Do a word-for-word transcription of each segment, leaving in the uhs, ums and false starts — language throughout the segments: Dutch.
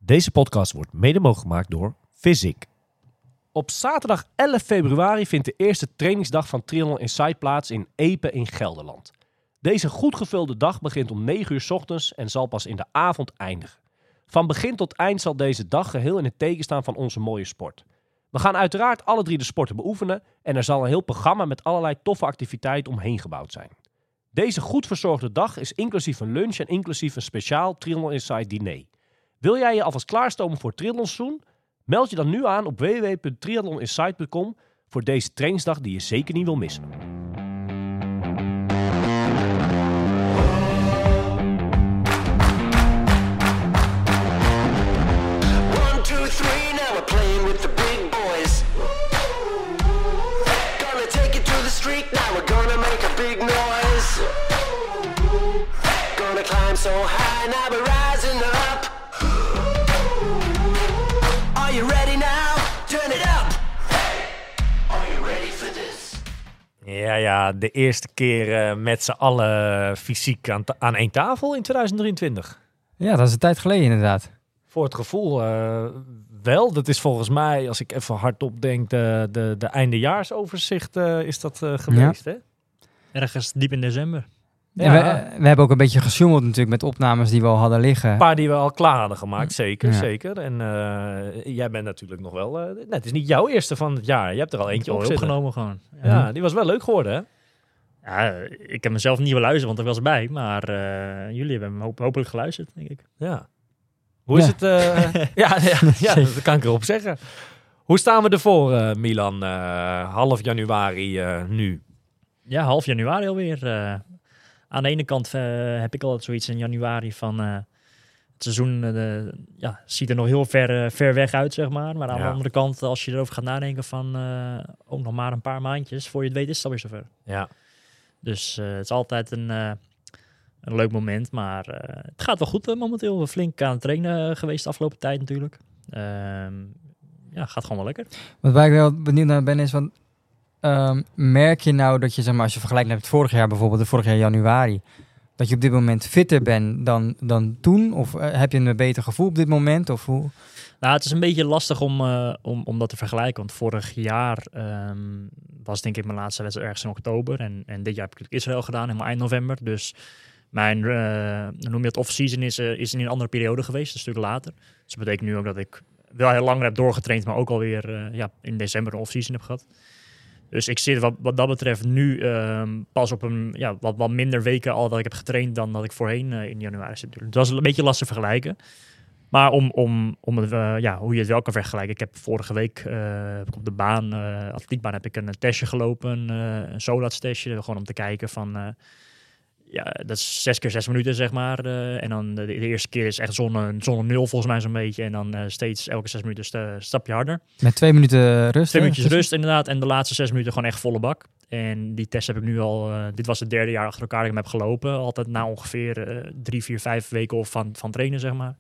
Deze podcast wordt mede mogelijk gemaakt door Physic. Op zaterdag elf februari vindt de eerste trainingsdag van Triathlon Inside plaats in Epe in Gelderland. Deze goed gevulde dag begint om negen uur 's ochtends en zal pas in de avond eindigen. Van begin tot eind zal deze dag geheel in het teken staan van onze mooie sport. We gaan uiteraard alle drie de sporten beoefenen en er zal een heel programma met allerlei toffe activiteiten omheen gebouwd zijn. Deze goed verzorgde dag is inclusief een lunch en inclusief een speciaal Triathlon Inside diner. Wil jij je alvast klaarstomen voor het triathlonseizoen? Meld je dan nu aan op w w w punt triathlon inside punt com voor deze trainingsdag die je zeker niet wil missen. One, two, three, now we're playing with the big boys. Gonna take it to the street, now we're gonna make a big noise. Gonna climb so high, now we're rising up. Are you ready now? Turn it up. Hey, are you ready for this? Ja, ja, de eerste keer uh, met z'n allen fysiek aan, ta- aan één tafel in tweeduizend drieëntwintig. Ja, dat is een tijd geleden inderdaad. Voor het gevoel uh, wel. Dat is volgens mij, als ik even hardop denk, de, de, de eindejaarsoverzicht uh, is dat uh, geweest, ja. Hè? Ergens diep in december. Ja. We, we hebben ook een beetje gesjoemeld natuurlijk met opnames die we al hadden liggen. Een paar die we al klaar hadden gemaakt, zeker. Ja. zeker. En uh, jij bent natuurlijk nog wel... Uh, nee, het is niet jouw eerste van het jaar. Je hebt er al eentje Al op zitten. opgenomen gewoon. Ja. ja, die was wel leuk geworden, hè? Ja, ik heb mezelf niet beluisterd, want ik was erbij. Maar uh, jullie hebben hem hoop, hopelijk geluisterd, denk ik. Ja. Hoe is Ja. het? Uh, ja, ja, ja, dat kan ik erop zeggen. Hoe staan we ervoor, uh, Milan? Uh, half januari uh, nu. Ja, half januari alweer. Uh, aan de ene kant uh, heb ik altijd zoiets in januari van... Uh, het seizoen uh, ja, ziet er nog heel ver, uh, ver weg uit, zeg maar. Maar aan Ja. de andere kant, als je erover gaat nadenken van... Uh, ook nog maar een paar maandjes, voor je het weet is het alweer zover. Ja. Dus uh, het is altijd een, uh, een leuk moment. Maar uh, het gaat wel goed uh, momenteel. We flink aan het trainen geweest de afgelopen tijd natuurlijk. Uh, ja, gaat gewoon wel lekker. Wat waar ik wel benieuwd naar ben is, van, um, merk je nou dat je, zeg maar, als je vergelijkt met het vorig jaar bijvoorbeeld, de vorig jaar januari, dat je op dit moment fitter bent dan, dan toen? Of uh, heb je een beter gevoel op dit moment? Of hoe? Nou, het is een beetje lastig om, uh, om, om dat te vergelijken. Want vorig jaar um, was denk ik mijn laatste wedstrijd ergens in oktober. En, en dit jaar heb ik Israël gedaan, helemaal eind november. Dus mijn, uh, noem je het off-season, is, uh, is in een andere periode geweest, een stuk later. Dus dat betekent nu ook dat ik wel heel lang heb doorgetraind, maar ook alweer uh, ja, in december een off-season heb gehad. Dus ik zit wat, wat dat betreft nu um, pas op een ja, wat, wat minder weken al dat ik heb getraind dan dat ik voorheen uh, in januari zit. Dus dat is een beetje lastig te vergelijken. Maar om, om, om het, uh, ja, hoe je het wel kan vergelijken. Ik heb vorige week uh, heb ik op de baan, uh, atletiekbaan, heb ik een testje gelopen. Uh, een Solats testje. Gewoon om te kijken van... Uh, ja, dat is zes keer zes minuten, zeg maar. Uh, en dan de, de eerste keer is echt zonne, zonne nul volgens mij zo'n beetje. En dan uh, steeds elke zes minuten st- stap je harder. Met twee minuten rust? Twee hè? minuutjes rust inderdaad. En de laatste zes minuten gewoon echt volle bak. En die test heb ik nu al... Uh, dit was het derde jaar achter elkaar dat ik hem heb gelopen. Altijd na ongeveer uh, drie, vier, vijf weken of van, van trainen, zeg maar.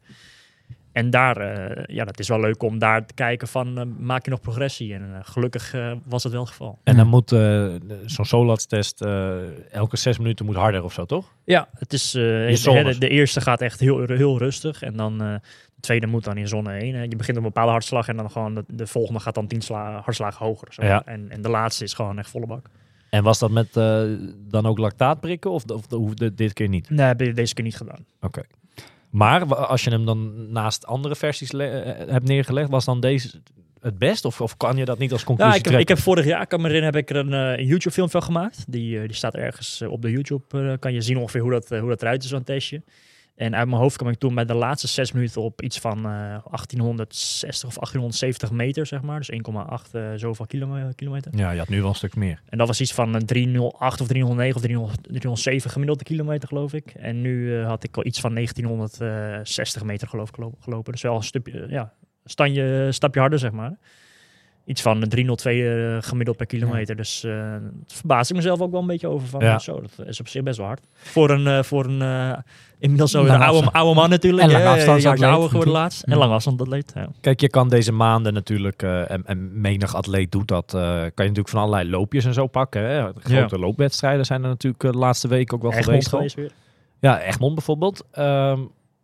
En daar, uh, ja, dat is wel leuk om daar te kijken van, uh, maak je nog progressie? En uh, gelukkig uh, was dat wel het geval. En dan moet uh, zo'n Solats-test uh, elke zes minuten moet harder of zo, toch? Ja, het is, uh, de, de, de eerste gaat echt heel, heel rustig. En dan uh, de tweede moet dan in zone één. Hè. Je begint op een bepaalde hartslag en dan gewoon de, de volgende gaat dan tien sla- hartslagen hoger. Zo. Ja. En, en de laatste is gewoon echt volle bak. En was dat met uh, dan ook lactaatprikken of, of, of de, dit keer niet? Nee, heb je deze keer niet gedaan. Oké. Okay. Maar als je hem dan naast andere versies le- hebt neergelegd, was dan deze het best? Of, of kan je dat niet als conclusie Nou, ik, heb, trekken? ik heb vorig jaar, kan me herinneren, heb ik er een, uh, een YouTube-film van gemaakt. Die, uh, die staat ergens uh, op de YouTube. Uh, kan je zien ongeveer hoe dat, uh, hoe dat eruit is, zo'n testje. En uit mijn hoofd kwam ik toen bij de laatste zes minuten op iets van uh, achttienhonderdzestig of achttienhonderdzeventig meter, zeg maar. Dus één komma acht uh, zoveel kilo- kilometer. Ja, je had nu wel een stuk meer. En dat was iets van driehonderdnul acht of driehonderdnegen of driehonderdzeven gemiddelde kilometer, geloof ik. En nu uh, had ik al iets van negentienhonderdzestig meter geloof ik gelopen. Dus wel een stukje, ja, stanje, stapje harder, zeg maar. Iets van driehonderdtwee uh, gemiddeld per kilometer. Ja. Dus uh, het verbaas ik mezelf ook wel een beetje over. Van, ja. Zo, dat is op zich best wel hard. Voor een, uh, voor een uh, inmiddels zo een oude, oude man natuurlijk. En lange afstandsatleet. Ja, ouder geworden laatst. En lange afstandsatleet. Ja. Kijk, je kan deze maanden natuurlijk, uh, en, en menig atleet doet dat, uh, kan je natuurlijk van allerlei loopjes en zo pakken. Hè? Grote ja. loopwedstrijden zijn er natuurlijk uh, de laatste weken ook wel Egmond geweest. geweest weer. Ja, Egmond bijvoorbeeld. Um,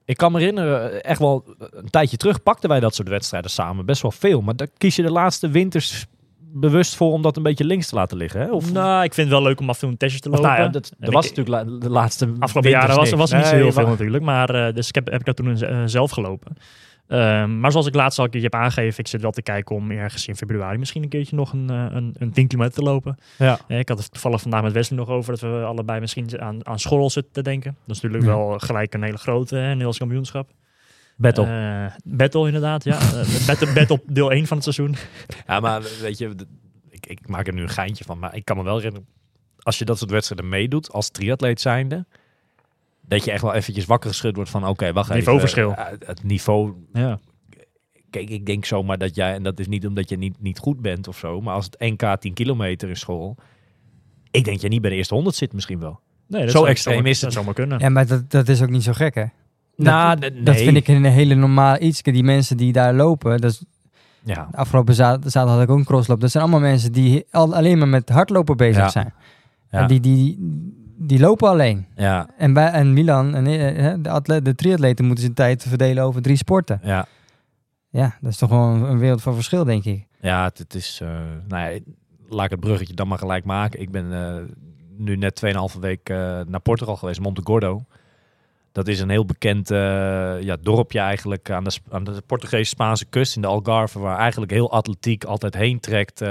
Ik kan me herinneren, echt wel een tijdje terug pakten wij dat soort wedstrijden samen. Best wel veel. Maar daar kies je de laatste winters bewust voor om dat een beetje links te laten liggen. Hè? Of, nou, ik vind het wel leuk om af en toe een testje te of lopen. nou ja, dat, En er was ik- natuurlijk la- de laatste Afgelopen winters jaren was, niks. was er niet zo Nee, heel veel maar- natuurlijk. Maar, uh, dus ik heb, heb ik dat toen uh, zelf gelopen. Um, maar zoals ik laatst al een keertje heb aangegeven, ik zit wel te kijken om ergens in februari misschien een keertje nog een, uh, een, een tien kilometer te lopen. Ja. Uh, ik had het toevallig vandaag met Wesley nog over dat we allebei misschien aan, aan Schorrel zitten te denken. Dat is natuurlijk Ja. wel gelijk een hele grote uh, Nederlands kampioenschap. Battle. Uh, battle inderdaad, ja. Uh, battle, battle deel één van het seizoen. Ja, maar weet je, d- ik, ik maak er nu een geintje van. Maar ik kan me wel herinneren, als je dat soort wedstrijden meedoet als triatleet zijnde, dat je echt wel eventjes wakker geschud wordt van, oké, okay, wacht even. Niveauverschil. Uh, het niveau. Ja. Kijk, ik denk zomaar dat jij, en dat is niet omdat je niet, niet goed bent of zo, maar als het N K tien kilometer is school, ik denk dat je niet bij de eerste honderd zit misschien wel. Nee, dat Zo zou- extreem zou- is het. Dat zou maar kunnen. Ja, maar dat, dat is ook niet zo gek, hè? Dat, Nou, nee. dat vind ik een hele normaal iets. Die mensen die daar lopen, dat is, Ja. afgelopen za- zaterdag had ik ook een crossloop. Dat zijn allemaal mensen die al, alleen maar met hardlopen bezig Ja. zijn. Ja. En die, die, die lopen alleen. Ja. En, bij, en Milan, en, eh, de, atleet, de triatleten moeten zijn tijd verdelen over drie sporten. Ja. Ja, dat is toch wel een, een wereld van verschil, denk ik. Ja, het, het is... Uh, nou ja, laat ik het bruggetje dan maar gelijk maken. Ik ben uh, nu net tweeënhalve week uh, naar Portugal geweest, Monte Gordo. Dat is een heel bekend uh, ja, dorpje eigenlijk aan de, aan de Portugees-Spaanse kust in de Algarve, waar eigenlijk heel atletiek altijd heen trekt. Uh,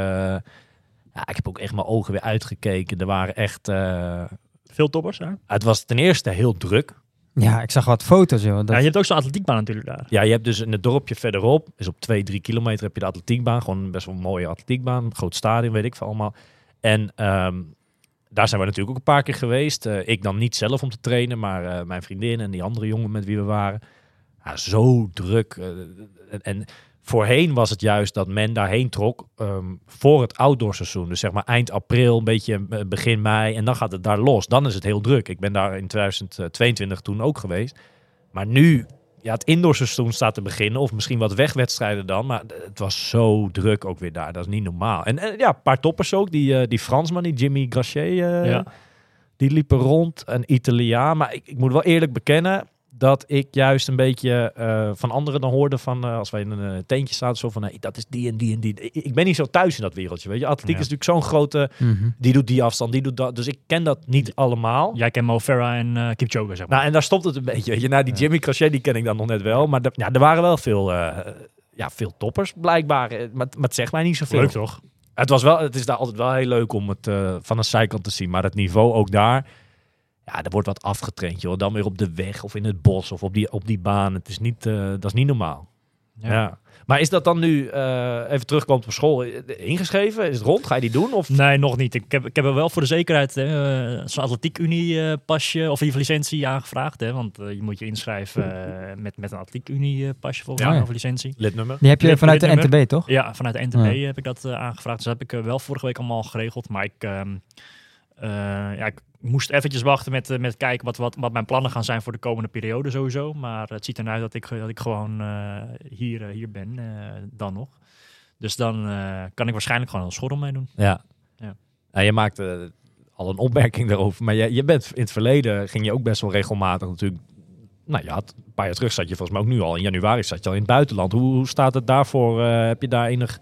ja, ik heb ook echt mijn ogen weer uitgekeken. Er waren echt... Uh, Veel toppers daar. het was ten eerste heel druk. Ja, ik zag wat foto's, joh. Dat... Ja, je hebt ook zo'n atletiekbaan natuurlijk daar. Ja, je hebt dus in het dorpje verderop, dus op twee, drie kilometer heb je de atletiekbaan. Gewoon best wel een mooie atletiekbaan. Groot stadion, weet ik veel allemaal. En um, daar zijn we natuurlijk ook een paar keer geweest. Uh, ik dan niet zelf om te trainen, maar uh, mijn vriendin en die andere jongen met wie we waren. Ja, zo druk. Uh, en, en voorheen was het juist dat men daarheen trok um, voor het outdoorseizoen. Dus zeg maar eind april, een beetje uh, begin mei. En dan gaat het daar los. Dan is het heel druk. Ik ben daar in twintig tweeëntwintig toen ook geweest. Maar nu, ja, het indoorseizoen staat te beginnen. Of misschien wat wegwedstrijden dan. Maar het was zo druk ook weer daar. Dat is niet normaal. En, en ja, een paar toppers ook. Die, uh, die Fransman, die Jimmy Grachier, uh, Ja. die liepen rond. Een Italiaan. Maar ik, ik moet wel eerlijk bekennen dat ik juist een beetje uh, van anderen dan hoorde van uh, als wij in een uh, tentje staan, zo van, hey, dat is die en die en die. Ik, ik ben niet zo thuis in dat wereldje, weet je. Atletiek Ja. is natuurlijk zo'n grote, Mhm. die doet die afstand, die doet dat. Dus ik ken dat niet allemaal. Jij kent Mo Farah en uh, Kipchoge, zeg maar. Nou, en daar stopt het een beetje, weet je. Nou, die Jimmy Crochet, die ken ik dan nog net wel. Maar de, ja, er waren wel veel, uh, ja, veel toppers, blijkbaar. Maar, maar het zegt mij niet zoveel. Leuk toch? Het, was wel, het is daar altijd wel heel leuk om het uh, van een zijkant te zien. Maar het niveau ook daar, ja, er wordt wat afgetraind, joh. Dan weer op de weg of in het bos of op die, op die baan. Het is niet, uh, dat is niet normaal. Ja. ja. Maar is dat dan nu, uh, even terugkomt op school, ingeschreven? Is het rond? Ga je die doen? Of? Nee, nog niet. Ik heb, ik heb er wel voor de zekerheid uh, zo'n atletiekunie uh, pasje of licentie aangevraagd. Hè? Want uh, je moet je inschrijven uh, met, met een atletiekunie uh, pasje volgens Ja. mij of licentie. Lidnummer? Die heb je Lid- vanuit de lidnummer. N T B, toch? Ja, vanuit de N T B Ja. heb ik dat uh, aangevraagd. Dus dat heb ik uh, wel vorige week allemaal geregeld. Maar ik, um, uh, ja, ik moest eventjes wachten met, uh, met kijken wat, wat, wat mijn plannen gaan zijn voor de komende periode sowieso. Maar het ziet ernaar uit dat ik, dat ik gewoon uh, hier, uh, hier ben uh, dan nog. Dus dan uh, kan ik waarschijnlijk gewoon een schorrel meedoen. Ja. Ja. Nou, je maakt uh, al een opmerking daarover. Maar je, je bent in het verleden, ging je ook best wel regelmatig natuurlijk. Nou ja, een paar jaar terug zat je volgens mij ook nu al. In januari zat je al in het buitenland. Hoe, hoe staat het daarvoor? Uh, heb je daar enig...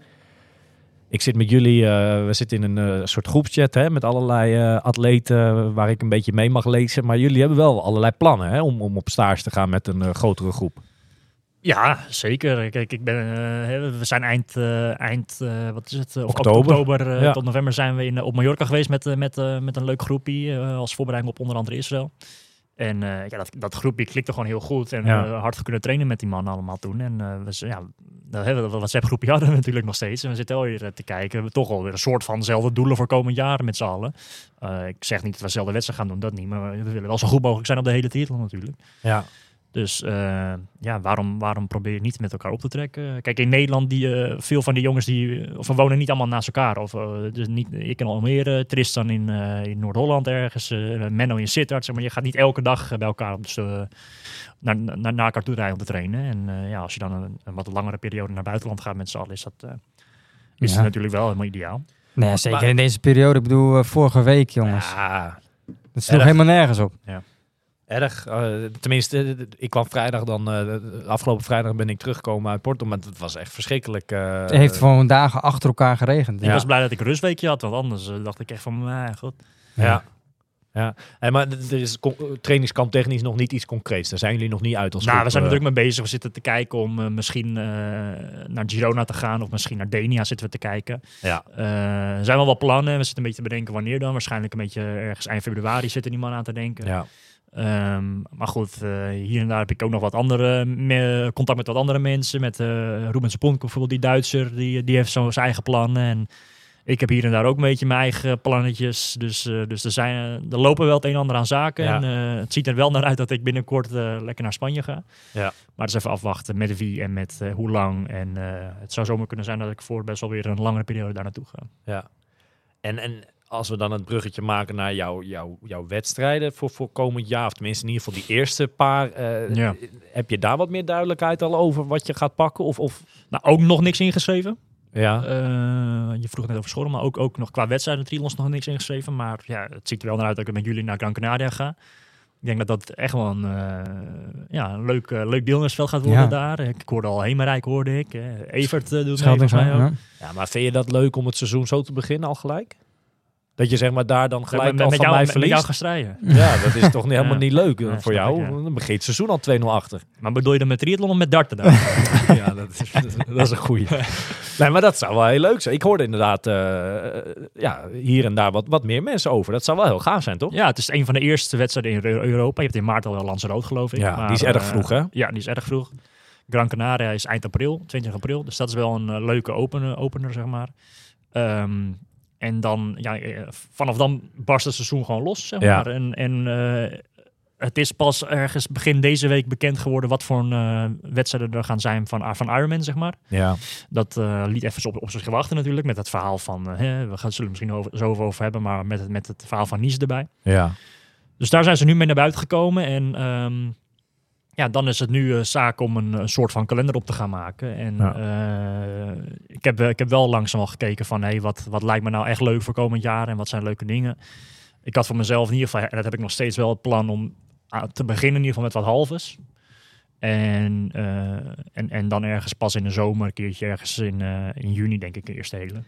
Ik zit met jullie, uh, we zitten in een uh, soort groepschat hè, met allerlei uh, atleten waar ik een beetje mee mag lezen. Maar jullie hebben wel allerlei plannen hè, om, om op stage te gaan met een uh, grotere groep. Ja, zeker. Kijk, ik ben, uh, we zijn eind, uh, eind uh, wat is het? Uh, Oktober. oktober uh, Ja. tot november zijn we in, uh, op Mallorca geweest met, uh, met, uh, met een leuk groepje uh, als voorbereiding op onder andere Israël. En uh, ja, dat, dat groepje klikte gewoon heel goed en Ja. uh, hard kunnen trainen met die mannen allemaal toen. En uh, we, ja, dat hebben we, dat WhatsApp-groepje hadden we natuurlijk nog steeds. En we zitten alweer uh, te kijken. We hebben toch alweer een soort van dezelfde doelen voor komend jaar met z'n allen. Uh, ik zeg niet dat we dezelfde wedstrijd gaan doen, dat niet. Maar we willen wel zo goed mogelijk zijn op de hele titel natuurlijk. Ja. Dus uh, ja, waarom, waarom probeer je niet met elkaar op te trekken? Kijk, in Nederland, die, uh, veel van die jongens die, of we wonen niet allemaal naast elkaar. Of, uh, dus niet, ik in Almere, Tristan in, uh, in Noord-Holland ergens, uh, Menno in Sittard. Zeg maar, je gaat niet elke dag bij elkaar dus, uh, naar, naar, naar elkaar toe rijden om te trainen. En uh, ja, als je dan een, een wat langere periode naar buitenland gaat met z'n allen, is dat uh, is Ja. het natuurlijk wel helemaal ideaal. Nee, ja, zeker Maar- in deze periode. Ik bedoel, uh, vorige week, jongens. Ja, Dat sloeg erg. helemaal nergens op. Erg. Uh, tenminste, ik kwam vrijdag dan... Uh, afgelopen vrijdag ben ik teruggekomen uit Porto. Maar het was echt verschrikkelijk. Uh, het heeft gewoon dagen achter elkaar geregend. Ik ja. was blij dat ik een rustweekje had. Want anders uh, dacht ik echt van... Mijn god. Ja. ja. ja. Hey, maar er is trainingskamp technisch nog niet iets concreets. Daar zijn jullie nog niet uit als Nou, groep, we zijn er uh, druk mee bezig. We zitten te kijken om uh, misschien uh, naar Girona te gaan. Of misschien naar Denia zitten we te kijken. Ja. Uh, er zijn wel wat plannen. We zitten een beetje te bedenken wanneer dan. Waarschijnlijk een beetje ergens eind februari zitten die man aan te denken. Ja. Um, maar goed, uh, hier en daar heb ik ook nog wat andere me- contact met wat andere mensen. Met uh, Ruben Sponk bijvoorbeeld, die Duitser, die, die heeft zo zijn eigen plannen. En ik heb hier en daar ook een beetje mijn eigen plannetjes. Dus, uh, dus er, zijn, er lopen wel het een en ander aan zaken. Ja. En, uh, het ziet er wel naar uit dat ik binnenkort uh, lekker naar Spanje ga. Ja. Maar het is even afwachten met wie en met uh, hoe lang. En uh, het zou zomaar kunnen zijn dat ik voor best wel weer een langere periode daar naartoe ga. Ja. En... en als we dan het bruggetje maken naar jouw, jouw, jouw wedstrijden voor, voor komend jaar, of tenminste in ieder geval die eerste paar, uh, Ja. heb je daar wat meer duidelijkheid al over wat je gaat pakken? Of, of... Nou, ook nog niks ingeschreven. Ja. Uh, je vroeg net over scholen, maar ook, ook nog qua wedstrijden triathlons nog niks ingeschreven. Maar ja, het ziet er wel naar uit dat ik met jullie naar Gran Canaria ga. Ik denk dat dat echt wel een, uh, ja, een leuk, uh, leuk deelnemersveld gaat worden Ja. daar. Ik hoorde al Hemerijk, hoorde ik. Uh, Evert uh, doet mee Schelding, volgens mij ook. ja. ja, maar vind je dat leuk om het seizoen zo te beginnen al gelijk? Dat je zeg maar daar dan gelijk met, al met, van jou, mij met, met jou verliest? gaan strijden. Ja, dat is toch niet, helemaal Ja. niet leuk uh, Ja, voor snap jou. ik, ja. Dan begint het seizoen al twee nul achter. Maar bedoel je dan met triathlon of met darten dan? Ja, dat is, dat is een goeie. Nee, maar dat zou wel heel leuk zijn. Ik hoorde inderdaad uh, ja, hier en daar wat, wat meer mensen over. Dat zou wel heel gaaf zijn, toch? Ja, het is een van de eerste wedstrijden in Europa. Je hebt in maart al wel Lanzarote, geloof ik. Ja, maar, die is erg uh, vroeg, hè? Ja, die is erg vroeg. Gran Canaria is eind april, twintig april. Dus dat is wel een uh, leuke opener, opener, zeg maar. Um, en dan, ja, vanaf dan barst het seizoen gewoon los, zeg Ja. maar. En, en uh, het is pas ergens begin deze week bekend geworden wat voor een, uh, wedstrijden er gaan zijn van, van Ironman, zeg maar. Ja. Dat uh, liet even op, op zich wachten natuurlijk, met het verhaal van, uh, hè, we gaan het zullen misschien over, zo over hebben, maar met het, met het verhaal van Nice erbij. Ja. Dus daar zijn ze nu mee naar buiten gekomen. En um, ja, dan is het nu uh, zaak om een, een soort van kalender op te gaan maken. En Ja. uh, ik, heb, ik heb wel langzaam al gekeken van, hey, wat, wat lijkt me nou echt leuk voor komend jaar en wat zijn leuke dingen. Ik had voor mezelf in ieder geval, en dat heb ik nog steeds wel het plan om aan te beginnen in ieder geval met wat halves. En, uh, en, en dan ergens pas in de zomer, een keertje ergens in, uh, in juni denk ik de eerste hele.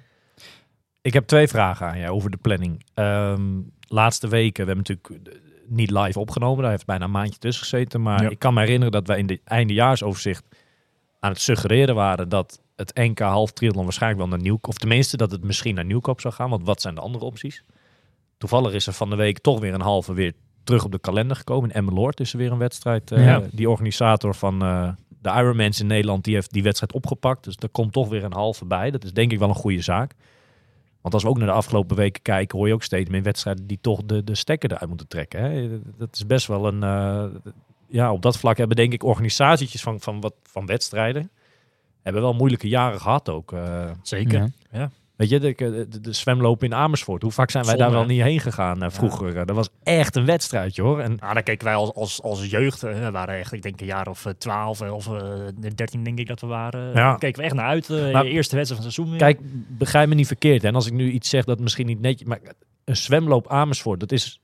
Ik heb twee vragen aan jou over de planning. Um, laatste weken, we hebben natuurlijk niet live opgenomen. Daar heeft bijna een maandje tussen gezeten. Maar Ja. ik kan me herinneren dat wij in de eindejaarsoverzicht aan het suggereren waren dat het N K half triathlon waarschijnlijk wel naar Nieuwkoop, of tenminste dat het misschien naar Nieuwkoop zou gaan. Want wat zijn de andere opties? Toevallig is er van de week toch weer een halve weer terug op de kalender gekomen. In Emmeloord is er weer een wedstrijd. Uh, Ja. Die organisator van uh, de Ironmans in Nederland, die heeft die wedstrijd opgepakt. Dus er komt toch weer een halve bij. Dat is denk ik wel een goede zaak. Want als we ook naar de afgelopen weken kijken, hoor je ook steeds meer wedstrijden die toch de, de stekker eruit moeten trekken. Hè? Dat is best wel een... Uh, ja, op dat vlak hebben denk ik organisaties van, van, wat, van wedstrijden hebben wel moeilijke jaren gehad ook. Uh, Zeker. Ja. Ja. weet je, de, de, de zwemlopen in Amersfoort. Hoe vaak zijn wij Zonde, daar wel hè? niet heen gegaan uh, vroeger? Uh, dat was echt een wedstrijdje hoor. En Nou, daar keken wij als, als, als jeugd, uh, we waren echt, ik denk een jaar of twaalf uh, of uh, dertien denk ik dat we waren. Ja. Daar keken we echt naar uit, uh, Maar- de eerste wedstrijd van het seizoen weer. kijk, begrijp me niet verkeerd. hè. En als ik nu iets zeg dat misschien niet netjes... Maar een zwemloop Amersfoort, dat is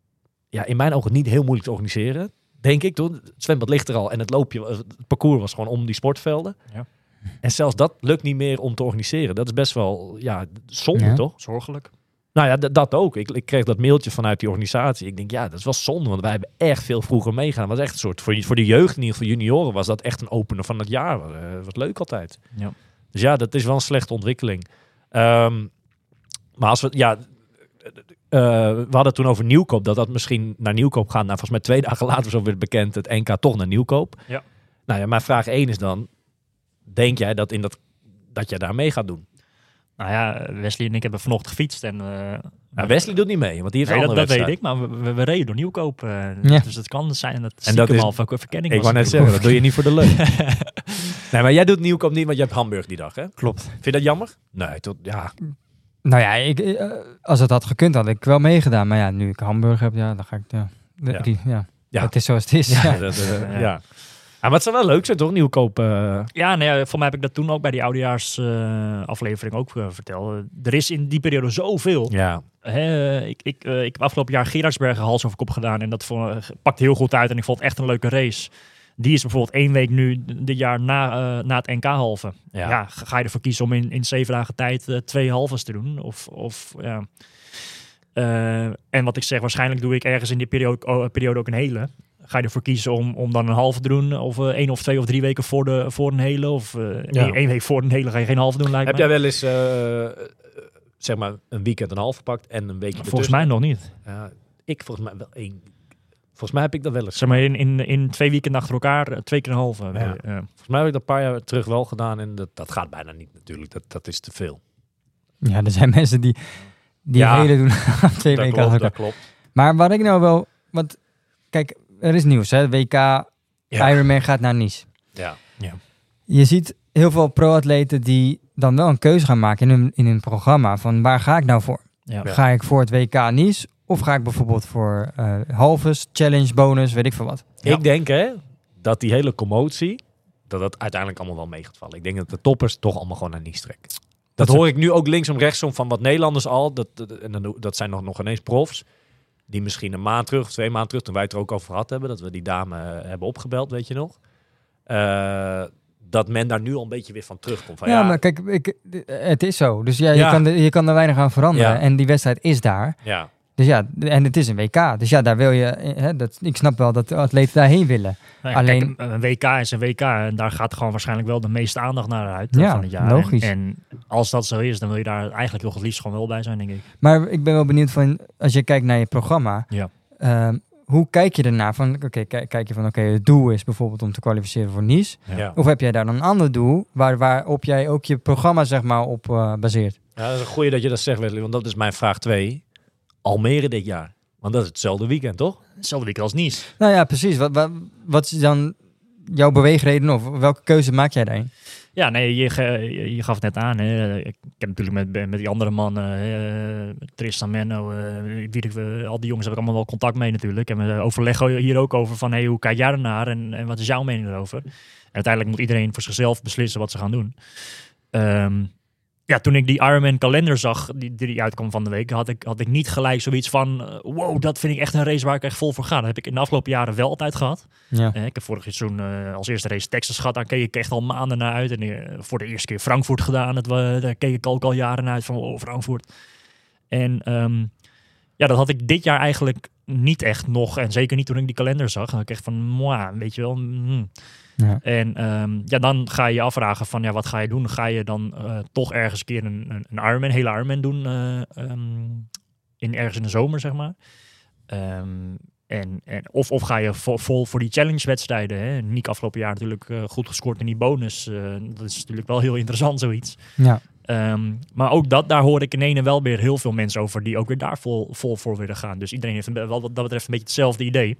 ja, in mijn ogen niet heel moeilijk te organiseren. Denk ik, toch? Het zwembad ligt er al en het loopje, het parcours was gewoon om die sportvelden. Ja. En zelfs dat lukt niet meer om te organiseren. Dat is best wel, ja, zonde Ja. toch? Zorgelijk. Nou ja, d- dat ook. Ik, ik kreeg dat mailtje vanuit die organisatie. Ik denk, ja, dat is wel zonde, want wij hebben echt veel vroeger meegaan. Het was echt een soort, voor, voor de jeugd, in ieder geval junioren, was dat echt een opener van het jaar. Uh, wat leuk altijd. Ja. Dus ja, dat is wel een slechte ontwikkeling. Um, maar als we, ja, uh, we hadden het toen over Nieuwkoop, dat dat misschien naar Nieuwkoop gaat. Nou, volgens mij twee dagen later zo werd bekend, het N K toch naar Nieuwkoop. Ja. Nou ja, mijn vraag één is dan, denk jij dat, in dat, dat jij daar mee gaat doen? Nou ja, Wesley en ik hebben vanochtend gefietst en... Uh, Nou, Wesley doet niet mee, want die heeft nee, een dat, andere dat weet wedstrijd. ik, maar we, we, we reden door Nieuwkoop. Uh, Ja. Dus het kan zijn dat En dat stiekem is- al ver- verkenning Ik was. wou net zeggen, dat doe je niet voor de leuk. Nee, maar jij doet Nieuwkoop niet, want je hebt Hamburg die dag, hè? Klopt. Vind je dat jammer? Nee, tot, ja. Nou ja, ik, eh, als het had gekund, had ik wel meegedaan. Maar ja, nu ik Hamburg heb, ja, dan ga ik... Ja, de- Ja. die- ja. Ja. Het is zoals het is. Ja. Ja, dat, uh, Ja. ja. maar het zou wel leuk zijn, toch? Nieuwkoop. Uh... Ja, nee, voor mij heb ik dat toen ook bij die oudejaars uh, aflevering ook uh, verteld. Er is in die periode zoveel. Ja. Hè, ik, ik, uh, ik heb afgelopen jaar Gerardsbergen hals over kop gedaan. En dat vond, uh, pakte heel goed uit. En ik vond het echt een leuke race. Die is bijvoorbeeld één week nu, dit jaar, na, uh, na het N K-halve. Ja. ja, ga je ervoor kiezen om in, in zeven dagen tijd uh, twee halves te doen? Of, of ja... Uh, en wat ik zeg, waarschijnlijk doe ik ergens in die periode, uh, periode ook een hele. Ga je ervoor kiezen om, om dan een halve te doen? Of uh, één of twee of drie weken voor, de, voor een hele? Of uh, ja. één, één week voor een hele ga je geen halve doen, lijkt Heb mij. jij wel eens uh, zeg maar een weekend een halve gepakt en een weekje Volgens mij nog niet. Uh, ik volgens mij wel één. Volgens mij heb ik dat wel eens. Zeg maar in, in, in twee weekenden achter elkaar, uh, twee keer een halve. Ja. Ja. Volgens mij heb ik dat een paar jaar terug wel gedaan en dat, dat gaat bijna niet natuurlijk. Dat, dat is te veel. Ja, er zijn mensen die... Die ja, hele doen twee dat weken klopt, achter dat klopt. Maar wat ik nou wel... Want, kijk, er is nieuws, hè. W K ja. Ironman gaat naar Nice. Ja. Ja. Je ziet heel veel pro-atleten die dan wel een keuze gaan maken in hun, in hun programma. Van waar ga ik nou voor? Ja. Ja. Ga ik voor het W K Nice? Of ga ik bijvoorbeeld voor uh, halves, challenge, bonus, weet ik veel wat. Ja. Ik denk hè, dat die hele commotie, dat dat uiteindelijk allemaal wel mee gaat vallen. Ik denk dat de toppers toch allemaal gewoon naar Nice trekken. Dat, dat hoor ik nu ook linksom rechtsom van wat Nederlanders al. Dat, dat, en dat zijn nog, nog ineens profs. Die misschien een maand terug of twee maanden terug, toen wij het er ook over gehad hebben, dat we die dame uh, hebben opgebeld, weet je nog. Uh, dat men daar nu al een beetje weer van terugkomt. Van, ja, ja, maar kijk, ik, het is zo. Dus ja, ja. Je, kan er, je kan er weinig aan veranderen. Ja. En die wedstrijd is daar. Ja. Dus ja, en het is een W K. Dus ja, daar wil je... Hè, dat, ik snap wel dat de atleten daarheen willen. Nou ja, Alleen kijk, een W K is een W K en daar gaat gewoon waarschijnlijk wel de meeste aandacht naar uit ja, van het jaar. logisch. En, en als dat zo is, dan wil je daar eigenlijk heel het liefst gewoon wel bij zijn, denk ik. Maar ik ben wel benieuwd van, als je kijkt naar je programma, ja. um, hoe kijk je ernaar? Van, oké, okay, kijk, kijk je van, oké, okay, het doel is bijvoorbeeld om te kwalificeren voor Nice. Ja. Ja. Of heb jij daar dan een ander doel waar, waarop jij ook je programma zeg maar op uh, baseert? Ja, dat is een goeie dat je dat zegt, Wesley, want dat is mijn vraag twee. Almere dit jaar. Want dat is hetzelfde weekend, toch? Hetzelfde weekend als Nice. Nou ja, precies. Wat, wat, wat is dan jouw beweegreden of welke keuze maak jij daarin? Ja, nee, je, je, je gaf het net aan. Hè. Ik heb natuurlijk met, met die andere mannen, uh, Tristan, Menno, uh, wie ik, al die jongens heb ik allemaal wel contact mee natuurlijk. En we overleggen hier ook over van, hey, hoe kijk jij ernaar en, en wat is jouw mening erover? En uiteindelijk moet iedereen voor zichzelf beslissen wat ze gaan doen. Um, Ja, toen ik die Ironman kalender zag, die, die uitkwam van de week, had ik, had ik niet gelijk zoiets van, uh, wow, dat vind ik echt een race waar ik echt vol voor ga. Dat heb ik in de afgelopen jaren wel altijd gehad. Ja. Uh, ik heb vorig seizoen uh, als eerste race Texas gehad, daar keek ik echt al maanden naar uit. En uh, voor de eerste keer Frankfurt gedaan, dat we, daar keek ik ook al jaren naar uit van, oh, Frankfurt. En um, ja, dat had ik dit jaar eigenlijk niet echt nog, en zeker niet toen ik die kalender zag. Dan had ik echt van, mwah, weet je wel, mm. Ja. En um, ja, dan ga je je afvragen van ja, wat ga je doen? Ga je dan uh, toch ergens een keer een, een, een Ironman, hele Ironman doen uh, um, in ergens in de zomer, zeg maar. Um, en, en, of, of ga je vol, vol voor die challenge-wedstrijden. Hè? Niek afgelopen jaar natuurlijk uh, goed gescoord in die bonus. Uh, dat is natuurlijk wel heel interessant, zoiets. Ja. Um, maar ook dat, daar hoor ik in ene wel weer heel veel mensen over die ook weer daar vol, vol voor willen gaan. Dus iedereen heeft wel wat dat betreft een beetje hetzelfde idee.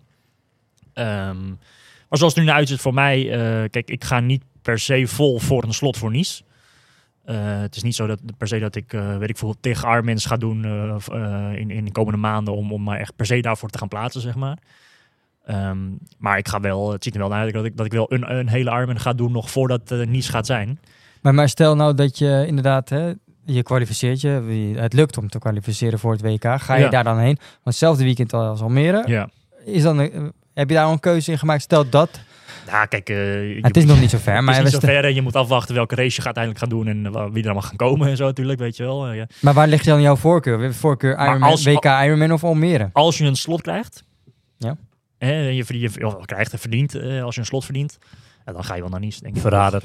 Um, Maar zoals het er nu uitziet voor mij, uh, kijk, ik ga niet per se vol voor een slot voor Nice. Uh, het is niet zo dat per se dat ik, uh, weet ik veel, tegen Ironmans ga doen uh, uh, in, in de komende maanden om, om maar echt per se daarvoor te gaan plaatsen, zeg maar. Um, maar ik ga wel, het ziet er wel naar uit dat ik, dat ik wel een, een hele Ironman ga doen nog voordat uh, Nice gaat zijn. Maar, maar stel nou dat je inderdaad, hè, je kwalificeert je, het lukt om te kwalificeren voor het W K. Ga je ja. daar dan heen? Want hetzelfde weekend als Almere. Ja. Is dan... Uh, Heb je daar al een keuze in gemaakt? Stel dat. Nou, kijk, uh, het is moet, nog niet zo ver. Maar het is niet zo ver en je moet afwachten welke race je gaat uiteindelijk gaan doen en uh, wie er allemaal gaan komen en zo natuurlijk, weet je wel. Uh, ja. Maar waar ligt dan jouw voorkeur? Voorkeur Ironman, als, W K Ironman of Almere? Als je een slot krijgt, ja. eh, je, je, je krijgt en verdient, uh, als je een slot verdient, uh, dan ga je wel naar Nice, denk ik. Verrader.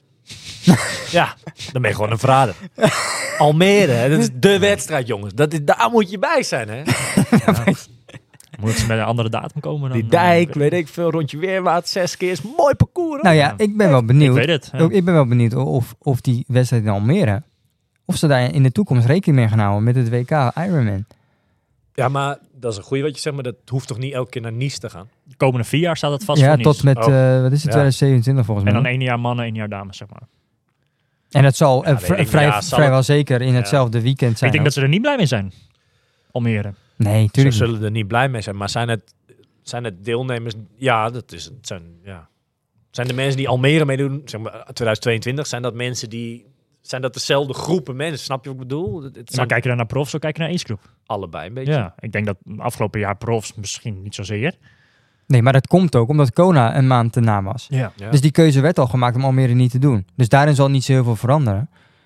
Ja, dan ben je gewoon een verrader. Almere, hè, dat is de wedstrijd, jongens. Dat is, daar moet je bij zijn, hè? Ja. Moet ze met een andere datum komen dan? Die dijk, weet ik veel, rondje Weerwaard, zes keer is mooi parcours. Hoor. Nou ja, ik ben wel benieuwd. Ik weet het. Ja. Ook, ik ben wel benieuwd of, of die wedstrijd in Almere, of ze daar in de toekomst rekening mee gaan houden met het W K Ironman. Ja, maar dat is een goeie wat je zegt, maar dat hoeft toch niet elke keer naar Nice te gaan? De komende vier jaar staat het vast ja, voor Nice. tot met, oh. uh, wat is het, ja. twintig zevenentwintig volgens mij. En dan één jaar mannen, één jaar dames, zeg maar. En het zal ja, uh, vri- vrij, ja, vrijwel het... zeker in hetzelfde ja. weekend zijn. Ik denk ook. dat ze er niet blij mee zijn, Almere. Nee, tuurlijk Ze zullen er niet blij mee zijn, maar zijn het, zijn het deelnemers... Ja, dat is het. Zijn, ja. Zijn de mensen die Almere meedoen, zeg maar twintig tweeëntwintig, zijn dat mensen die... Zijn dat dezelfde groepen mensen? Snap je wat ik bedoel? Het Maar zijn kijk je dan naar profs, of kijk je naar Ace Group? allebei een beetje. Ja, ik denk dat afgelopen jaar profs misschien niet zozeer. Nee, maar dat komt ook omdat Kona een maand erna was. Ja. Ja. Dus die keuze werd al gemaakt om Almere niet te doen. Dus daarin zal niet zo heel veel veranderen,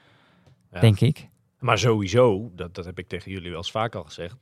Ja. denk ik. Maar sowieso, dat, dat heb ik tegen jullie wel eens vaak al gezegd.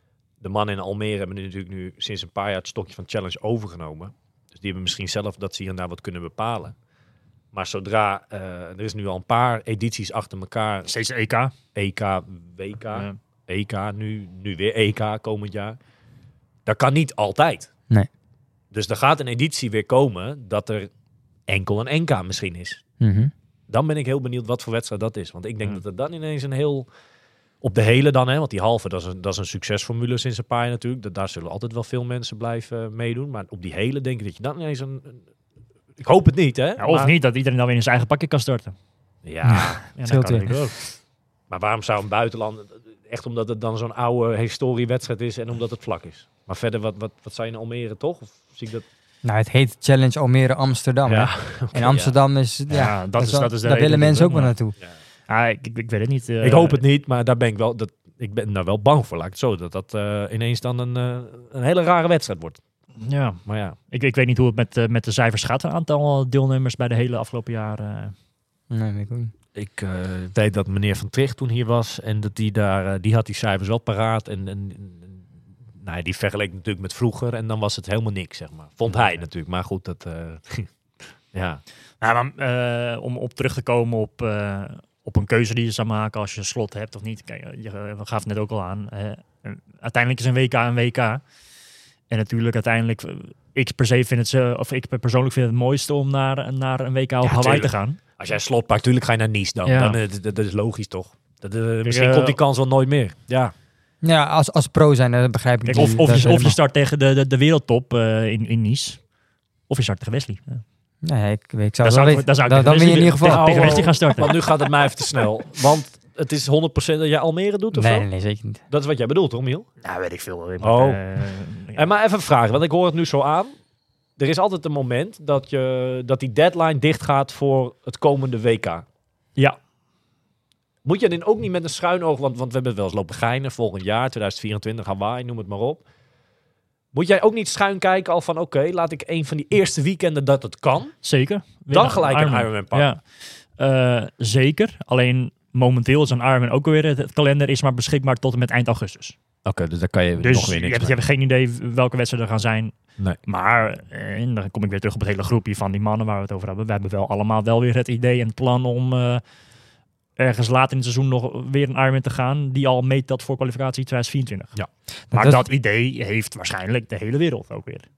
De mannen in Almere hebben nu natuurlijk nu sinds een paar jaar het stokje van Challenge overgenomen. Dus die hebben misschien zelf dat ze hier en daar wat kunnen bepalen. Maar zodra, uh, er is nu al een paar edities achter elkaar. Steeds E K. E K, W K, Ja. E K, nu, nu weer E K komend jaar. Dat kan niet altijd. Nee. Dus er gaat een editie weer komen dat er enkel een N K misschien is. Mhm. Dan ben ik heel benieuwd wat voor wedstrijd dat is. Want ik denk Ja. dat het dan ineens een heel... Op de hele dan, hè, want die halve, dat is een, dat is een succesformule sinds een paar jaar natuurlijk. Dat, daar zullen altijd wel veel mensen blijven meedoen. Maar op die hele denk ik dat je dan ineens een... een- ik hoop het niet, hè. Ja, of maar- niet, dat iedereen dan weer in zijn eigen pakje kan starten. Ja, Ja, dat scheelt kan weer. natuurlijk ook. maar waarom zou een buitenland... Echt omdat het dan zo'n oude historiewedstrijd is en omdat het vlak is. Maar verder, wat, wat, wat zijn in Almere toch? Of zie ik dat... Nou, het heet Challenge Almere Amsterdam. hè? oké, En Amsterdam is... Ja, Ja, dat is- wel- dat is de daar reden willen mensen ook wel natuurlijk, naartoe. Ja. Ah, ik, ik, ik weet het niet. eh, Ik hoop het niet, maar daar ben ik wel... Dat, ik ben daar wel bang voor, laat ik het zo. Dat dat eh, ineens dan een, eh, een hele rare wedstrijd wordt. Ja, Maar ja, ik, ik weet niet hoe het met, eh, met de cijfers gaat. Een aantal deelnemers bij de hele afgelopen jaren. Nee, weet ik ook niet. ik eh, weet dat meneer Van Tricht toen hier was. En dat die daar... eh, die had die cijfers wel paraat. En, en, en nou ja, die vergeleek natuurlijk met vroeger. En dan was het helemaal niks, zeg maar. Vond hij natuurlijk. Maar goed, dat... eh, ja. Nou, maar, eh, om op terug te komen op, eh, op een keuze die je zou maken als je een slot hebt of niet. Kijk, je, we gaven het net ook al aan. eh, uiteindelijk is een W K een W K. En natuurlijk uiteindelijk, eh, ik per se vind het zo, of ik persoonlijk vind het mooiste om naar, naar een W K op Hawaii tuurlijk. te gaan. Als jij een slot pakt, natuurlijk ga je naar Nice dan. Ja. dan eh, dat, dat is logisch, toch? Dat, eh, misschien eh, komt die kans wel nooit meer. Ja. Ja, als, als pro zijn, dan begrijp ik Kijk, die- of, of, dat je, of je helemaal. start tegen de, de, de wereldtop eh, in, in Nice. Of je start tegen Wesley. Ja. Nee, ik, ik zou Dan het wel zou ik- weten. dan zou ik Dan, dan tegen ben je in Wesley- ieder geval... tegen- tegen Oh, Wesley gaan starten. Want nu gaat het mij even te snel. Want het is honderd procent dat jij Almere doet of Nee, zo? nee, nee, zeker niet. Dat is wat jij bedoelt, toch, Miel? Nou, weet ik veel. Oh. Eh, En maar even vragen, want ik hoor het nu zo aan. Er is altijd een moment dat, je, dat die deadline dicht gaat voor het komende W K. ja, Moet je dan ook niet met een schuin oog, want, want we hebben het wel eens lopen geinen, volgend jaar, twintig vierentwintig, Hawaii, noem het maar op. Moet jij ook niet schuin kijken al van, oké, laat ik een van die eerste weekenden dat het kan, zeker. Weer dan een gelijk een Ironman. Ironman pakken. Ja, Eh, zeker. Alleen momenteel is een Ironman ook weer, het, het kalender is maar beschikbaar tot en met eind augustus. Oké, dus daar kan je Dus nog weer je niks hebt, mee. je hebt geen idee welke wedstrijden er gaan zijn. Nee. Maar, eh, en dan kom ik weer terug op het hele groepje van die mannen waar we het over hebben. We hebben wel allemaal wel weer het idee en het plan om eh, ergens later in het seizoen nog weer een Ironman te gaan. Die al meetelt voor kwalificatie twintig vierentwintig. Ja. Maar Dat- dat idee heeft waarschijnlijk de hele wereld ook weer.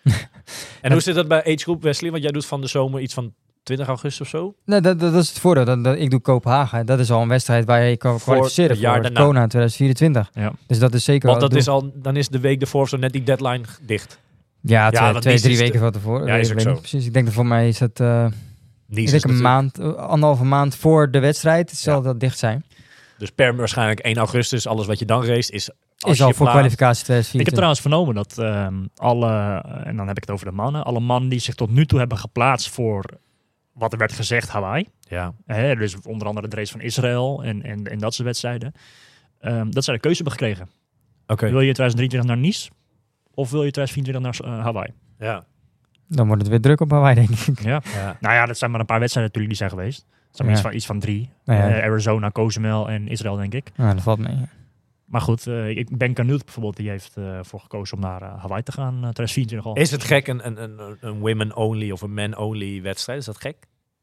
En hoe zit dat bij Age Group, Wesley? Want jij doet van de zomer iets van twintig augustus of zo? Nee, dat, dat is het voordeel. Dat, dat, ik doe Kopenhagen. Dat is al een wedstrijd waar je kan kwalificeren het voor, jaar het daarna. Kona twintig vierentwintig. Ja. Dus dat is zeker Want wel dat het is doel. al, dan is de week ervoor zo net die deadline dicht. Ja, twee, want twee Nice drie is de- weken van tevoren. Ja, Ik is weet ook zo. niet precies. Ik denk dat voor mij is het eh, ik Nice denk is een natuurlijk- maand, eh, anderhalve maand voor de wedstrijd zal Ja. dat dicht zijn. Dus per waarschijnlijk één augustus, alles wat je dan race is... Als Is je al voor plaat- kwalificatie twintig Ik heb vierentwintig. trouwens vernomen dat ehm, alle, en dan heb ik het over de mannen, alle mannen die zich tot nu toe hebben geplaatst voor wat er werd gezegd Hawaii. Ja. Hè, dus onder andere de race van Israël en, en, en dat soort wedstrijden. ehm, dat zij de keuze hebben gekregen. Oké. Wil je twintig drieëntwintig naar Nice of wil je twintig vierentwintig naar eh, Hawaii? Ja. Dan wordt het weer druk op Hawaii, denk ik. Ja. Ja. Nou ja, dat zijn maar een paar wedstrijden natuurlijk die zijn geweest. Het zijn maar Ja. iets, van, iets van drie. Nou ja. Eh, Arizona, Cozumel en Israël, denk ik. Nou, dat valt mee. ja. Maar goed, eh, ik Ben Canute bijvoorbeeld, die heeft eh voor gekozen om naar eh, Hawaii te gaan, uh, twintig vierentwintig al. Is het gek, een, een, een, een women-only of een man-only wedstrijd? Is dat gek?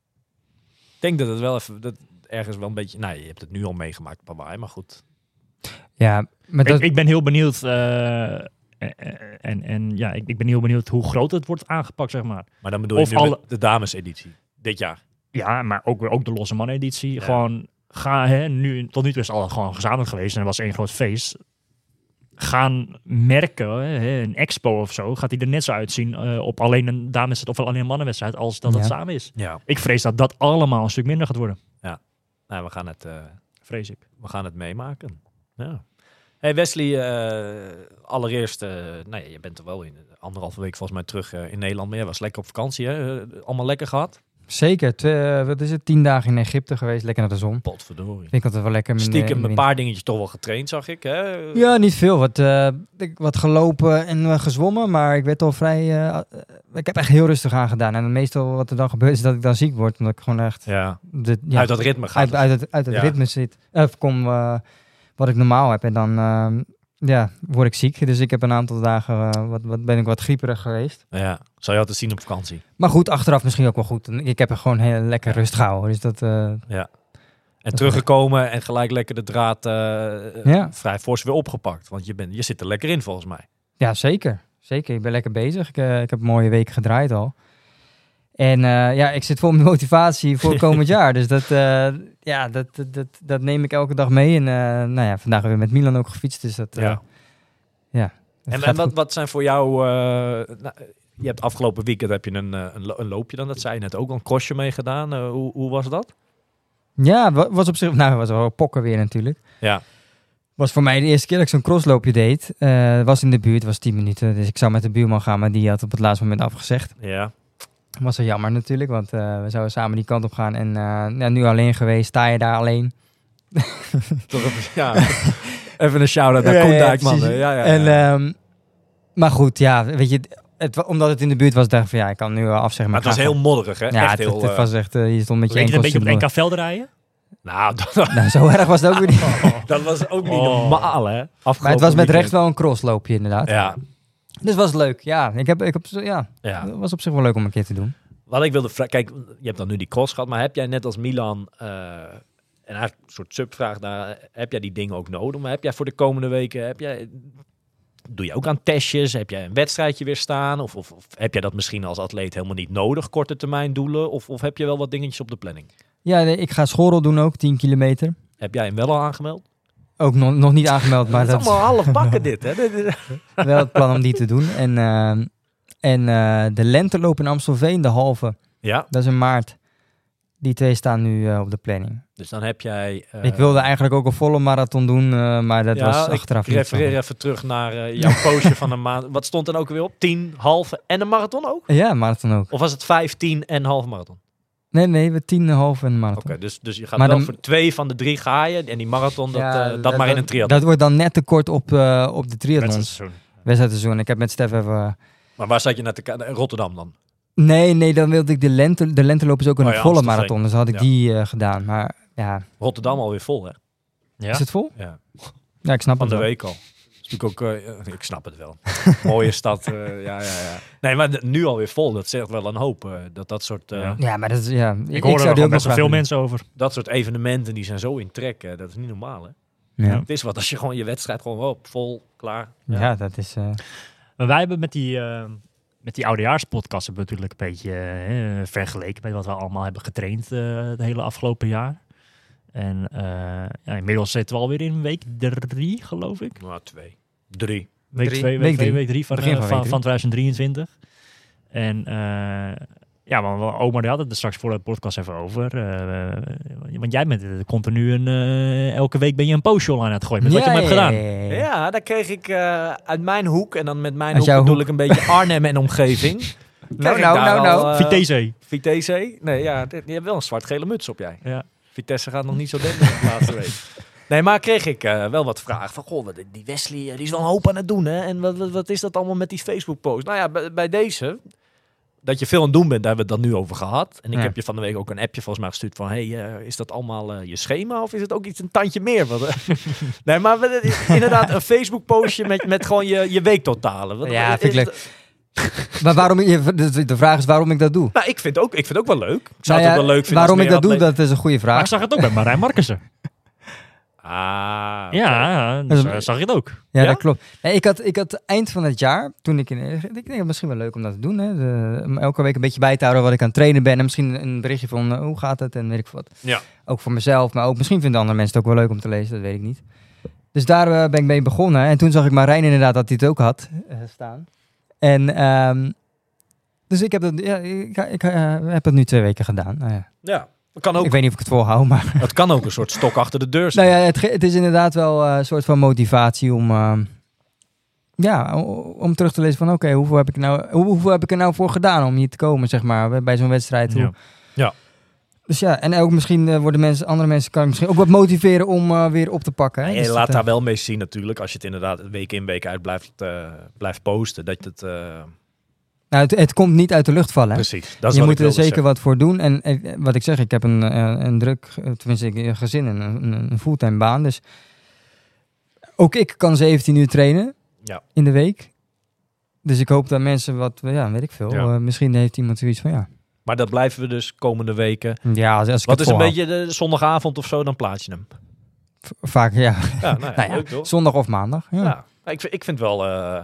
Ik denk dat het wel even... Dat ergens wel een beetje... Nou, je hebt het nu al meegemaakt op Hawaii, maar goed. Ja, maar dat, Ik, ik ben heel benieuwd. eh, en, en, en ja, ik, ik ben heel benieuwd hoe groot het wordt aangepakt, zeg maar. Maar dan bedoel Of je nu alle- met de dameseditie. Dit jaar. Ja, maar ook, weer ook de losse mannen editie. Ja. Gewoon ga, hè, nu, tot nu toe is het al gewoon gezamenlijk geweest en er was één groot feest. Gaan merken, hè, een expo of zo, gaat hij er net zo uitzien eh, op alleen een dameswedstrijd of alleen een mannenwedstrijd als dat het Ja. samen is. Ja. Ik vrees dat dat allemaal een stuk minder gaat worden. Nou, we gaan het, eh, Vrees ik. we gaan het meemaken. Ja. Hey Wesley, uh, allereerst, uh, nou ja, je bent er wel in anderhalve week volgens mij terug uh, in Nederland. Maar jij was lekker op vakantie, hè? Uh, allemaal lekker gehad? Zeker. Twee, wat is het? Tien dagen in Egypte geweest. Lekker naar de zon. Potverdorie. Vind ik altijd wel lekker. Stiekem een paar dingetjes toch wel getraind, zag ik. Hè? Ja, niet veel. Wat, uh, ik, wat gelopen en uh, gezwommen. Maar ik werd al vrij... Uh, ik heb echt heel rustig aan gedaan. En meestal wat er dan gebeurt is dat ik dan ziek word. Omdat ik gewoon echt... Ja. De, ja, uit dat ritme gaat. Uit, uit het, uit het ja. ritme zit. Uh, kom uh, wat ik normaal heb. En dan... Uh, Ja, word ik ziek. Dus ik heb een aantal dagen, uh, wat, wat ben ik wat grieperig geweest. Ja, zou je altijd zien op vakantie. Maar goed, achteraf misschien ook wel goed. Ik heb er gewoon heel lekker rust gehouden. Dus dat... Uh, ja. En teruggekomen en gelijk lekker de draad uh, ja. vrij fors weer opgepakt. Want je, bent, je zit er lekker in volgens mij. Ja, zeker. Zeker. Ik ben lekker bezig. Ik, uh, ik heb een mooie week gedraaid al. En uh, ja, ik zit vol met motivatie voor komend jaar. Dus dat, uh, ja, dat, dat, dat, dat neem ik elke dag mee. En uh, nou ja, vandaag weer met Milan ook gefietst. Dus dat, uh, ja. ja en en wat, wat zijn voor jou... Uh, nou, je hebt afgelopen weekend heb je een, een, een loopje dan, dat zei je net ook, een crossje mee gedaan. Uh, hoe, hoe was dat? Ja, was op zich... Nou, was wel pokken weer natuurlijk. Ja. Was voor mij de eerste keer dat ik zo'n crossloopje deed. Uh, was in de buurt, was tien minuten. Dus ik zou met de buurman gaan, maar die had op het laatste moment afgezegd. Ja. Was wel jammer natuurlijk, want uh, we zouden samen die kant op gaan. En uh, ja, nu alleen geweest, sta je daar alleen. Toch even, ja. Even een shout-out naar ja, Koen ja, Dijkman. Ja, ja, ja. En, um, maar goed, ja, weet je, het, omdat het in de buurt was, dacht ik van ja, ik kan nu wel afzeggen. Maar, maar het was heel modderig, hè? Ja, echt het, heel, het, het was echt, uh, je stond met je Denk je enkels. een beetje op N K velden rijden? Nou, dat, nou, zo erg was het ook weer niet. dat was ook niet Oh. normaal, hè? Afgelopen Maar het was met weekend. recht wel een crossloopje inderdaad. Ja. Dus was leuk, ja. Ik heb, ik heb, ja, Ja. het was op zich wel leuk om een keer te doen. Wat ik wilde vragen, kijk, je hebt dan nu die cross gehad, maar heb jij net als Milan, uh, en eigenlijk een soort subvraag daar, heb jij die dingen ook nodig? Maar heb jij voor de komende weken, heb jij, doe je ook aan testjes? Heb jij een wedstrijdje weer staan? Of, of, of heb jij dat misschien als atleet helemaal niet nodig, korte termijn doelen? Of, of heb je wel wat dingetjes op de planning? Ja, nee, ik ga schoolrol doen ook, tien kilometer. Heb jij hem wel al aangemeld? Ook nog, nog niet aangemeld, maar dat dat is allemaal half bakken dit, hè? Dit is- wel het plan om die te doen. En, uh, en uh, de lenteloop in Amstelveen, de halve, Ja, dat is in maart. Die twee staan nu uh, op de planning. dus dan heb jij... uh, ik wilde eigenlijk ook een volle marathon doen, uh, maar dat ja, was ik achteraf niet refereer zo. even terug naar uh, jouw postje van een maand. Wat stond dan ook weer op? tien, halve en een marathon ook? Ja, marathon ook. Of was het vijf, tien en halve marathon? Nee, nee, we tien, halve en een Oké, marathon. dus, dus je gaat Maar wel dan- voor twee van de drie ga je. En die marathon, dat, Ja, uh, dat, maar in een triathlon. Dat wordt dan net te kort op, uh, op de triathlons. Wedstrijdseizoen. Wedstrijdseizoen. Ik heb met Stef even... uh, Maar waar zat je naar te kijken? Rotterdam dan? Nee, nee, dan wilde ik de lente... De lenteloop is ook een Oh ja, volle Amstelveen. marathon. Dus dan had ik Ja. die uh, gedaan. Maar ja, Rotterdam alweer vol, hè? Ja? is het vol? Ja, Ja, ik snap van het de wel. week al. Is natuurlijk ook, uh, ik snap het wel. Mooie stad, uh, ja, ja, ja. Nee, maar de- nu alweer vol. Dat zegt wel een hoop. uh, dat dat soort, uh, Ja. Ja, maar dat is... Ja, Ik hoor er zou die gewoon ook best wel nog veel graag mensen over. dat soort evenementen, die zijn zo in trek. uh, dat is niet normaal, hè? doen. Ja. Het is wat als je gewoon je wedstrijd gewoon op, vol, klaar. Ja, dat is... uh, Maar wij hebben met die, uh, met die oudejaarspodcast hebben we natuurlijk een beetje uh, vergeleken met wat we allemaal hebben getraind uh, het hele afgelopen jaar. En uh, ja, inmiddels zitten we alweer in week drie, geloof ik. Nou, twee. Drie. Week Drie. twee, Week week twee, drie. week drie van, Begin uh, van van, week van twintig drieëntwintig. En uh, ja, maar we- oma die had het er straks voor de podcast even over. Uh, want jij bent uh, continu een, uh, elke week ben je een postje aan het gooien met wat je maar hebt gedaan. ja, ja, ja. Ja, daar kreeg ik uh, uit mijn hoek, en dan met mijn Uit hoek jouw bedoel hoek. ik een beetje Arnhem en omgeving. Nou, Kreeg ik nou, daar nou, al, nou. uh, Vitesse. Vitesse? Nee, ja, dit- je hebt wel een zwart-gele muts op jij. Ja. Vitesse gaat nog niet zo denken de laatste week. Nee, maar kreeg ik uh, wel wat vragen van, goh, wat- die Wesley, uh, die is wel een hoop aan het doen, hè? En wat, wat, wat is dat allemaal met die Facebook-post? Nou ja, bij, bij deze, dat je veel aan het doen bent, daar hebben we het dan nu over gehad. En ik Ja. heb je van de week ook een appje volgens mij gestuurd van, hey, uh, is dat allemaal uh, je schema of is het ook iets een tandje meer? Wat, uh, nee, maar we- inderdaad, een Facebook-postje met, met gewoon je, je weektotalen. Wat- Ja, is- vind ik leuk. Maar waarom, je- de, de vraag is waarom ik dat doe. Nou, ik vind, ook, ik vind het ook wel leuk. Ik zou Nou het ja, ook wel leuk vinden. waarom als ik dat meer doe, atleten- dat is een goede Maar ik vraag. zag het ook bij Marijn Markussen. Ah, oké. Ja, Dat is- dus, uh, zag ik het ook. Ja, Ja? dat klopt. Nee, ik, had, ik had eind van het jaar, toen ik in... Ik denk misschien wel leuk om dat te doen. Hè? De, om elke week een beetje bij te houden wat ik aan het trainen ben. En misschien een berichtje van uh, hoe gaat het en weet ik wat. Ja. Ook voor mezelf, maar ook misschien vinden andere mensen het ook wel leuk om te lezen. Dat weet ik niet. Dus daar uh, ben ik mee begonnen. En toen zag ik Marijn inderdaad dat hij het ook had uh, staan. En ehm, dus ik heb dat, ja, ik, ik uh, heb het nu twee weken gedaan. Nou ja. Ja. kan ook, Ik weet niet of ik het volhoud, maar... het kan ook een soort stok achter de deur zijn. Nou ja, het, ge- het is inderdaad wel eh, een soort van motivatie om... eh, ja, o- om terug te lezen van... Oké, hoeveel, heb ik nou, hoe- hoeveel heb ik er nou voor gedaan om hier te komen, zeg maar, bij zo'n wedstrijd. Hoe- Ja. Ja. Dus ja, en ook misschien eh, worden mensen, andere mensen... kan ik misschien ook wat motiveren om eh, weer op te pakken. Hè? En je Dus laat dat, daar eh, wel mee zien natuurlijk, als je het inderdaad week in week uit blijft, uh, blijft posten, dat je het... Uh, nou, het, het komt niet uit de lucht vallen. Hè? precies, dat is Je wat moet ik er wilde zeker zeggen. wat voor doen. En eh, wat ik zeg, ik heb een, eh, een druk, eh, tenminste ik- een gezin en een, een een fulltime baan. Dus ook ik kan zeventien uur trainen Ja. in de week. Dus ik hoop dat mensen wat, ja, weet ik veel. Ja. Eh, misschien heeft iemand zoiets van, ja. Maar dat blijven we dus komende weken. Ja, als, als ik Wat het is een volhoud. beetje de zondagavond of zo, dan plaats je hem. V- Vaak, ja. Ja, nou ja, Nou ja, leuk toch? zondag of maandag. Ja. Ja, ik, vind- ik vind wel... Uh,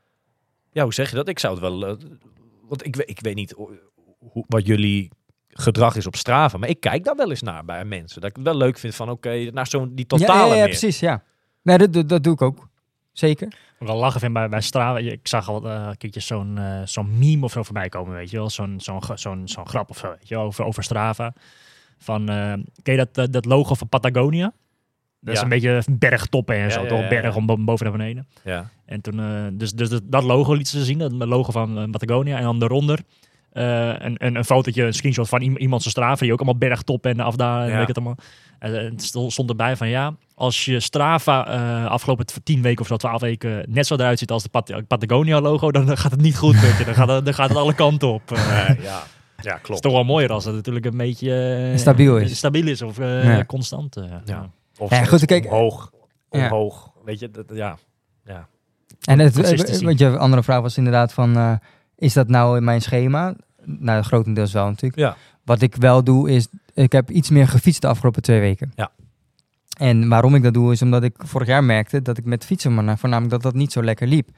ja, hoe zeg je dat? Ik zou het wel... Uh, want ik, we- ik weet niet hoe, wat jullie gedrag is op Strava, maar ik kijk daar wel eens naar bij mensen. Dat ik het wel leuk vind van, oké, okay, naar zo'n die totale ja, ja, ja, meer. precies, ja. Nee, dat, dat, dat doe ik ook. Zeker. Wat ik wel lachen vind bij, bij Strava, ik zag al uh, een keertje zo'n uh, zo'n meme of zo voorbij komen, weet je wel. Zo'n zo'n zo'n zo'n grap of zo, weet je wel, over, over Strava. Van, uh, ken je dat, uh, dat logo van Patagonia? Dat is Ja. een beetje bergtoppen en Ja, zo, ja, toch? ja, ja. Berg om bo- boven naar beneden. Ja. En toen, uh, dus, dus dat- dat logo lieten ze zien, dat logo van uh, Patagonia. En dan daaronder uh, een, een, een fotootje, een screenshot van i- iemand zijn Strava, die ook allemaal bergtoppen en afdalen en Ja. weet ik het allemaal. En uh, het sto- stond erbij van, ja, als je Strava uh, afgelopen t- tien weken of zo, twaalf weken, net zo eruit ziet als de Pat- Patagonia-logo, dan gaat het niet goed, weet je. Dan gaat het, dan gaat het alle kanten op. Uh, Ja, ja. Ja, Het is klopt. toch wel mooier als het natuurlijk een beetje uh, Stabiel is. stabiel is of uh, Ja. constant. Uh, Ja. ja. Of Ja, zelfs goed, kijk- omhoog. Ja. Omhoog. Weet je, dat, ja. ja. En het, Consistency. want je andere vraag was inderdaad van, uh, is dat nou in mijn schema? Nou, grotendeels wel natuurlijk. Ja. Wat ik wel doe is, ik heb iets meer gefietst de afgelopen twee weken. Ja. En waarom ik dat doe is omdat ik vorig jaar merkte dat ik met fietsen, maar voornamelijk dat dat niet zo lekker liep.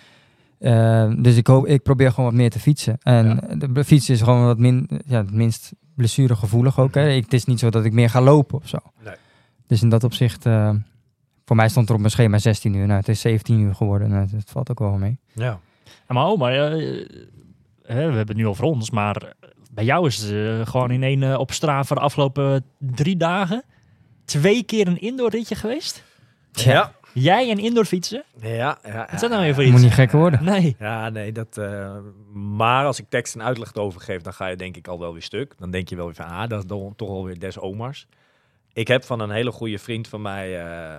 Uh, dus ik, hoop, ik probeer gewoon wat meer te fietsen. En Ja. de fietsen is gewoon wat min, ja, het minst blessuregevoelig ook. Hè. Ik, het is niet zo dat ik meer ga lopen of zo. Nee. Dus in dat opzicht, uh, voor mij stond er op mijn schema zestien uur. Nou, het is zeventien uur geworden. Nou, dat valt ook wel mee. Ja. Ja, maar oh, maar uh, uh, we hebben het nu over ons, maar bij jou is het uh, gewoon in één uh, op Strava de afgelopen drie dagen twee keer een indoorritje geweest. Ja. Jij en indoor fietsen? Ja. ja, ja. Wat is dat nou weer voor iets? Moet niet gekker worden. Nee. Ja, nee, dat... Uh, maar als ik tekst en uitleg erover geef, dan ga je denk ik al wel weer stuk. Dan denk je wel weer van, ah, dat is dan toch alweer des omars. Ik heb van een hele goede vriend van mij uh,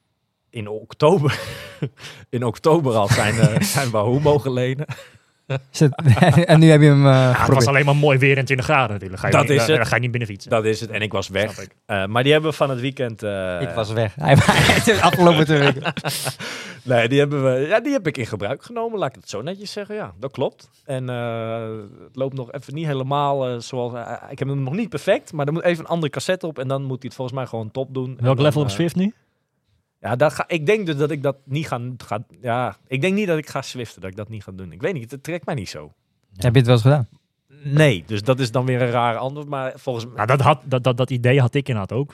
in oktober... in oktober al zijn, uh, zijn Wahoo mogen lenen. Het, en nu heb je hem uh, Ja, het was alleen maar mooi weer en twintig graden natuurlijk. Ga je Dat niet, is dan, het. dan ga je niet binnen fietsen. Dat is het. En ik was weg. Snap ik. Uh, maar die hebben we van het weekend... Uh, Ik was weg. Hij de afgelopen twee weken. Nee, die, hebben we, ja, die heb ik in gebruik genomen. Laat ik het zo netjes zeggen. Ja, dat klopt. En uh, het loopt nog even niet helemaal uh, zoals... Uh, ik heb hem nog niet perfect, maar er moet even een andere cassette op. En dan moet hij het volgens mij gewoon top doen. Welk dan, level op uh, Zwift nu? Ja, dat ga, ik denk dus dat ik dat niet ga, ga... Ja, ik denk niet dat ik ga Zwiften, dat ik dat niet ga doen. Ik weet niet, het trekt mij niet zo. Ja. Heb je het wel eens gedaan? Nee, dus dat is dan weer een raar antwoord. Maar volgens mij... Nou, dat, had, dat, dat, dat idee had ik inderdaad ook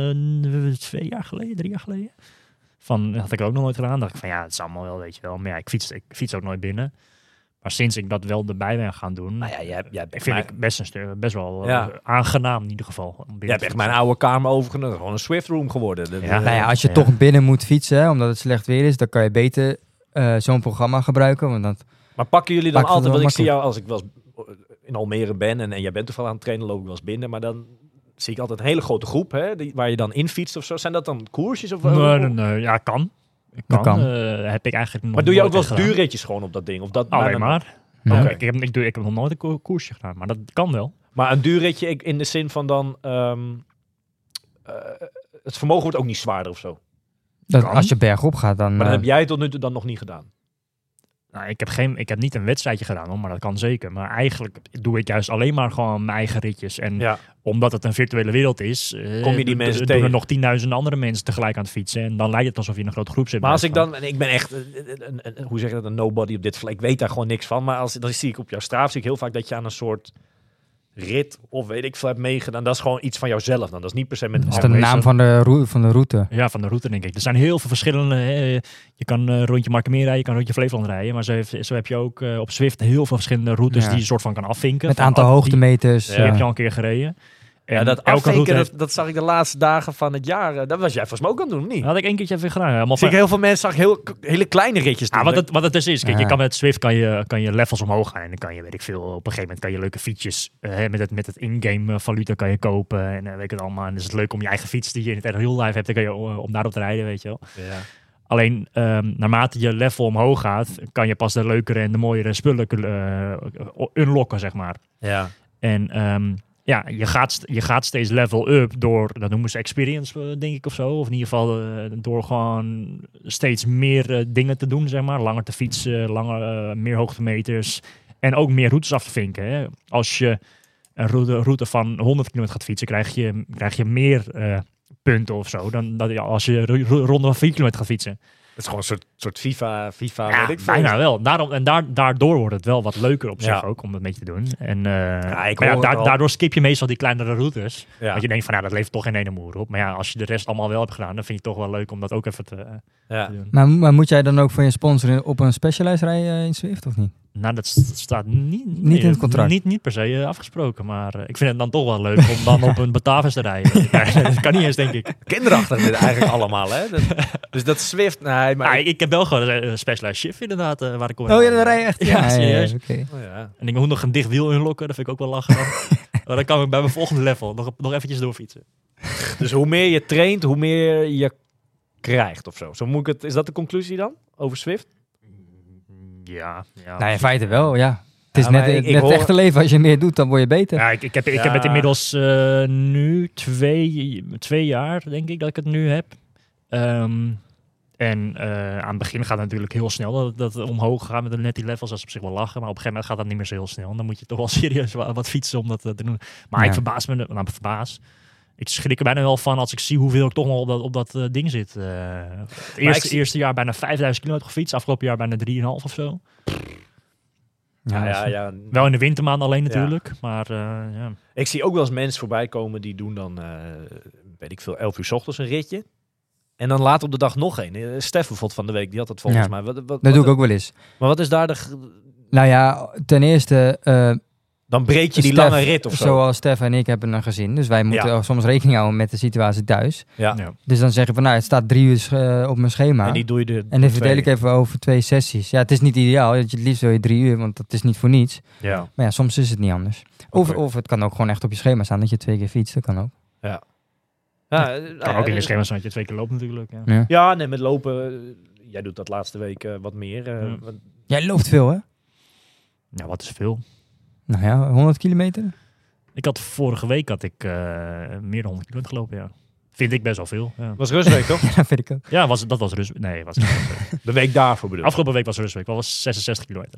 uh, twee jaar geleden, drie jaar geleden. Van, dat had ik ook nog nooit gedaan. dacht ik van ja, het is allemaal wel, weet je wel. Maar ja, ik fiets, ik fiets ook nooit binnen. Maar sinds ik dat wel erbij ben gaan doen, Nou ja, jij hebt, jij hebt ik vind mijn, ik best, een stuk, best wel Ja. uh, aangenaam in ieder geval. om binnen jij hebt te echt mijn fietsen. oude kamer overgenomen. Gewoon een Swift room geworden. De, Ja. de- Nou ja, als je Ja. toch binnen moet fietsen, hè, omdat het slecht weer is, dan kan je beter uh, zo'n programma gebruiken. Want dat, Maar pakken jullie dan Pakt het altijd, wel want ik zie jou als ik wel eens in Almere ben en, en jij bent toevallig aan het trainen, loop ik wel eens binnen, maar dan zie ik altijd een hele grote groep, hè, die, waar je dan in fietst of zo. Zijn dat dan koersjes? Of, Nee, nee, nee. Ja, kan. Ik Dat kan. kan. Uh, heb ik eigenlijk nog Maar doe je ook nooit wel eens gedaan. duurritjes gewoon op dat ding? Of dat, Alleen dan- maar. Ja. Ja, ik, heb, ik, doe, ik heb nog nooit een ko- koersje gedaan, maar dat kan wel. Maar een duurritje ik- in de zin van dan, ehm, uh, het vermogen wordt ook niet zwaarder of zo. dat Kan. als je bergop gaat, dan... Maar dat uh, heb jij tot nu toe dan nog niet gedaan. Nou, ik, heb geen, ik heb niet een wedstrijdje gedaan, hoor, maar dat kan zeker. Maar eigenlijk doe ik juist alleen maar gewoon mijn eigen ritjes. En Ja. omdat het een virtuele wereld is, eh, Kom je die do- mensen do- tegen? doen er nog tienduizenden andere mensen tegelijk aan het fietsen. En dan lijkt het alsof je in een grote groep zit. Maar als ik meestal. dan, en ik ben echt, een, een, een- hoe zeg je dat, een nobody op dit vlak. Ik weet daar gewoon niks van. Maar als, dan zie ik op jouw Strava zie ik heel vaak dat je aan een soort rit of weet ik veel hebt meegedaan. Dat is gewoon iets van jouzelf dan. Dat is niet per se met dat is de anderen. naam van de, roe- van de route. Ja, van de route denk ik. Er zijn heel veel verschillende. Hè. Je kan uh, rondje Markermeer rijden, je kan rondje Flevoland rijden. Maar zo, heeft, zo heb je ook uh, op Zwift heel veel verschillende routes Ja. die je soort van kan afvinken. Met Van, aantal oh, die- hoogtemeters. Die uh, heb je al een keer gereden. En Ja, dat elke route afvinken, heeft- dat, dat zag ik de laatste dagen van het jaar. eh, Dat was jij volgens mij ook aan het doen, of niet? Dat had ik één keertje even gedaan. Helemaal Zie ik heel veel mensen zag ik heel, hele kleine ritjes doen. Ja, wat, het, wat het dus is, kijk, Ja. je kan met Swift kan je, kan je levels omhoog gaan. En dan kan je, weet ik veel, op een gegeven moment kan je leuke fietsjes eh, hè, met het, met het in-game eh, valuta kan je kopen. En eh, weet ik het allemaal. En dan is het leuk om je eigen fiets die je in het real life hebt, dan kan je eh, om daarop te rijden, weet je wel. Ja. Alleen, ehm, naarmate je level omhoog gaat, kan je pas de leukere en de mooiere spullen uh, unlocken, zeg maar. Ja. En um, ja, je gaat, st- je gaat steeds level up door, dat noemen ze experience, uh, denk ik, of zo. Of in ieder geval uh, door gewoon steeds meer uh, dingen te doen, zeg maar. Langer te fietsen, langer, uh, meer hoogtemeters. En ook meer routes af te vinken. Hè. Als je een route, route van honderd kilometer gaat fietsen, krijg je, krijg je meer uh, punten of zo dan dat je, als je ro- ro- ronde van vier kilometer gaat fietsen. Het is gewoon een soort, soort FIFA, FIFA Ja, weet ik veel. bijna wel. Daarom, en daar, daardoor wordt het wel wat leuker op zich Ja. ook, om dat mee te doen. En, uh, ja, ik maar ja, hoor da- het al. daardoor skip je meestal die kleinere routes. Ja. Want je denkt van, ja, dat levert toch geen ene moer op. Maar ja, als je de rest allemaal wel hebt gedaan, dan vind je het toch wel leuk om dat ook even te, uh, Ja. te doen. Maar, maar moet jij dan ook van je sponsor op een Specialized rijden uh, in Zwift of niet? Nou, dat st- staat niet, nee, in het contract? Niet, niet per se uh, afgesproken, maar uh, ik vind het dan toch wel leuk om dan op een Batavus te rijden. Ja, dat kan niet eens, denk ik. Kinderachtig dit eigenlijk allemaal, hè? Dat, dus dat Swift, nee, maar... Ja, ik, ik heb wel gewoon een uh, Specialized Shift inderdaad, uh, waar ik op Oh ja, dan rij je echt. Ja, serieus. oké. Oh, ja. En ik moet nog een dicht wiel unlocken, dat vind ik ook wel lachen. Maar dan kan ik bij mijn volgende level nog, nog eventjes doorfietsen. Dus hoe meer je traint, hoe meer je krijgt of zo. Zo moet ik het, is dat de conclusie dan over Swift? Ja, ja. Nou, in feite wel, ja. Het is Ja, net, maar ik- ik net het hoor- echte leven. Als je meer doet, dan word je beter. Ja, ik, ik, heb, ik Ja. heb het inmiddels uh, nu twee, twee jaar, denk ik, dat ik het nu heb. Um, en uh, aan het begin gaat het natuurlijk heel snel dat, dat het omhoog gaat met de net die levels. Dat is op zich wel lachen, maar op een gegeven moment gaat dat niet meer zo heel snel. En dan moet je toch wel serieus wat, wat fietsen om dat uh, te doen. Maar Ja. ik verbaas me, nou verbaas. Ik schrik er bijna wel van als ik zie hoeveel ik toch nog op dat, op dat uh, ding zit. Uh, het eerste, zie- eerste jaar bijna vijfduizend kilometer gefietst, afgelopen jaar bijna drieënhalf of zo. Ja, ja, dat is- ja. Wel in de wintermaanden alleen Ja. natuurlijk, maar uh, ja. Ik zie ook wel eens mensen voorbij komen die doen dan, uh, weet ik veel, elf uur 's ochtends een ritje. En dan later op de dag nog één. Uh, Stef bijvoorbeeld van de week, die had het volgens Ja. mij. Wat, wat, Dat wat- doe ik ook wel eens. Maar wat is daar de... g- Nou ja, ten eerste... eh, Dan breek je die Stef, lange rit of zo. Zoals Stef en ik hebben een gezin. Dus wij moeten Ja. ook soms rekening houden met de situatie thuis. Ja. Ja. Dus dan zeggen we van, nou, het staat drie uur uh, op mijn schema. En En, die doe je de dan verdeel ik even over twee sessies. Ja, het is niet ideaal. Het liefst wil je drie uur, want dat is niet voor niets. Ja. Maar ja, soms is het niet anders. Of, Oké. of het kan ook gewoon echt op je schema staan dat je twee keer fietst. Dat kan ook. Ja, Kan uh, ook in uh, je schema staan dat je twee keer loopt natuurlijk. Ja. Ja. Ja, nee, met lopen. uh, Jij doet dat laatste week uh, wat meer. Uh, Ja. wat- Jij loopt veel, hè? Ja, wat is veel? Nou ja, honderd kilometer. Ik had vorige week had ik uh, meer dan honderd kilometer gelopen, ja. Vind ik best wel veel. Ja, was rustweek, toch? Ja, dat vind ik ook. ja was, dat was rust. Nee, was De week daarvoor bedoel ik. afgelopen week was rustweek. Dat was zesenzestig kilometer.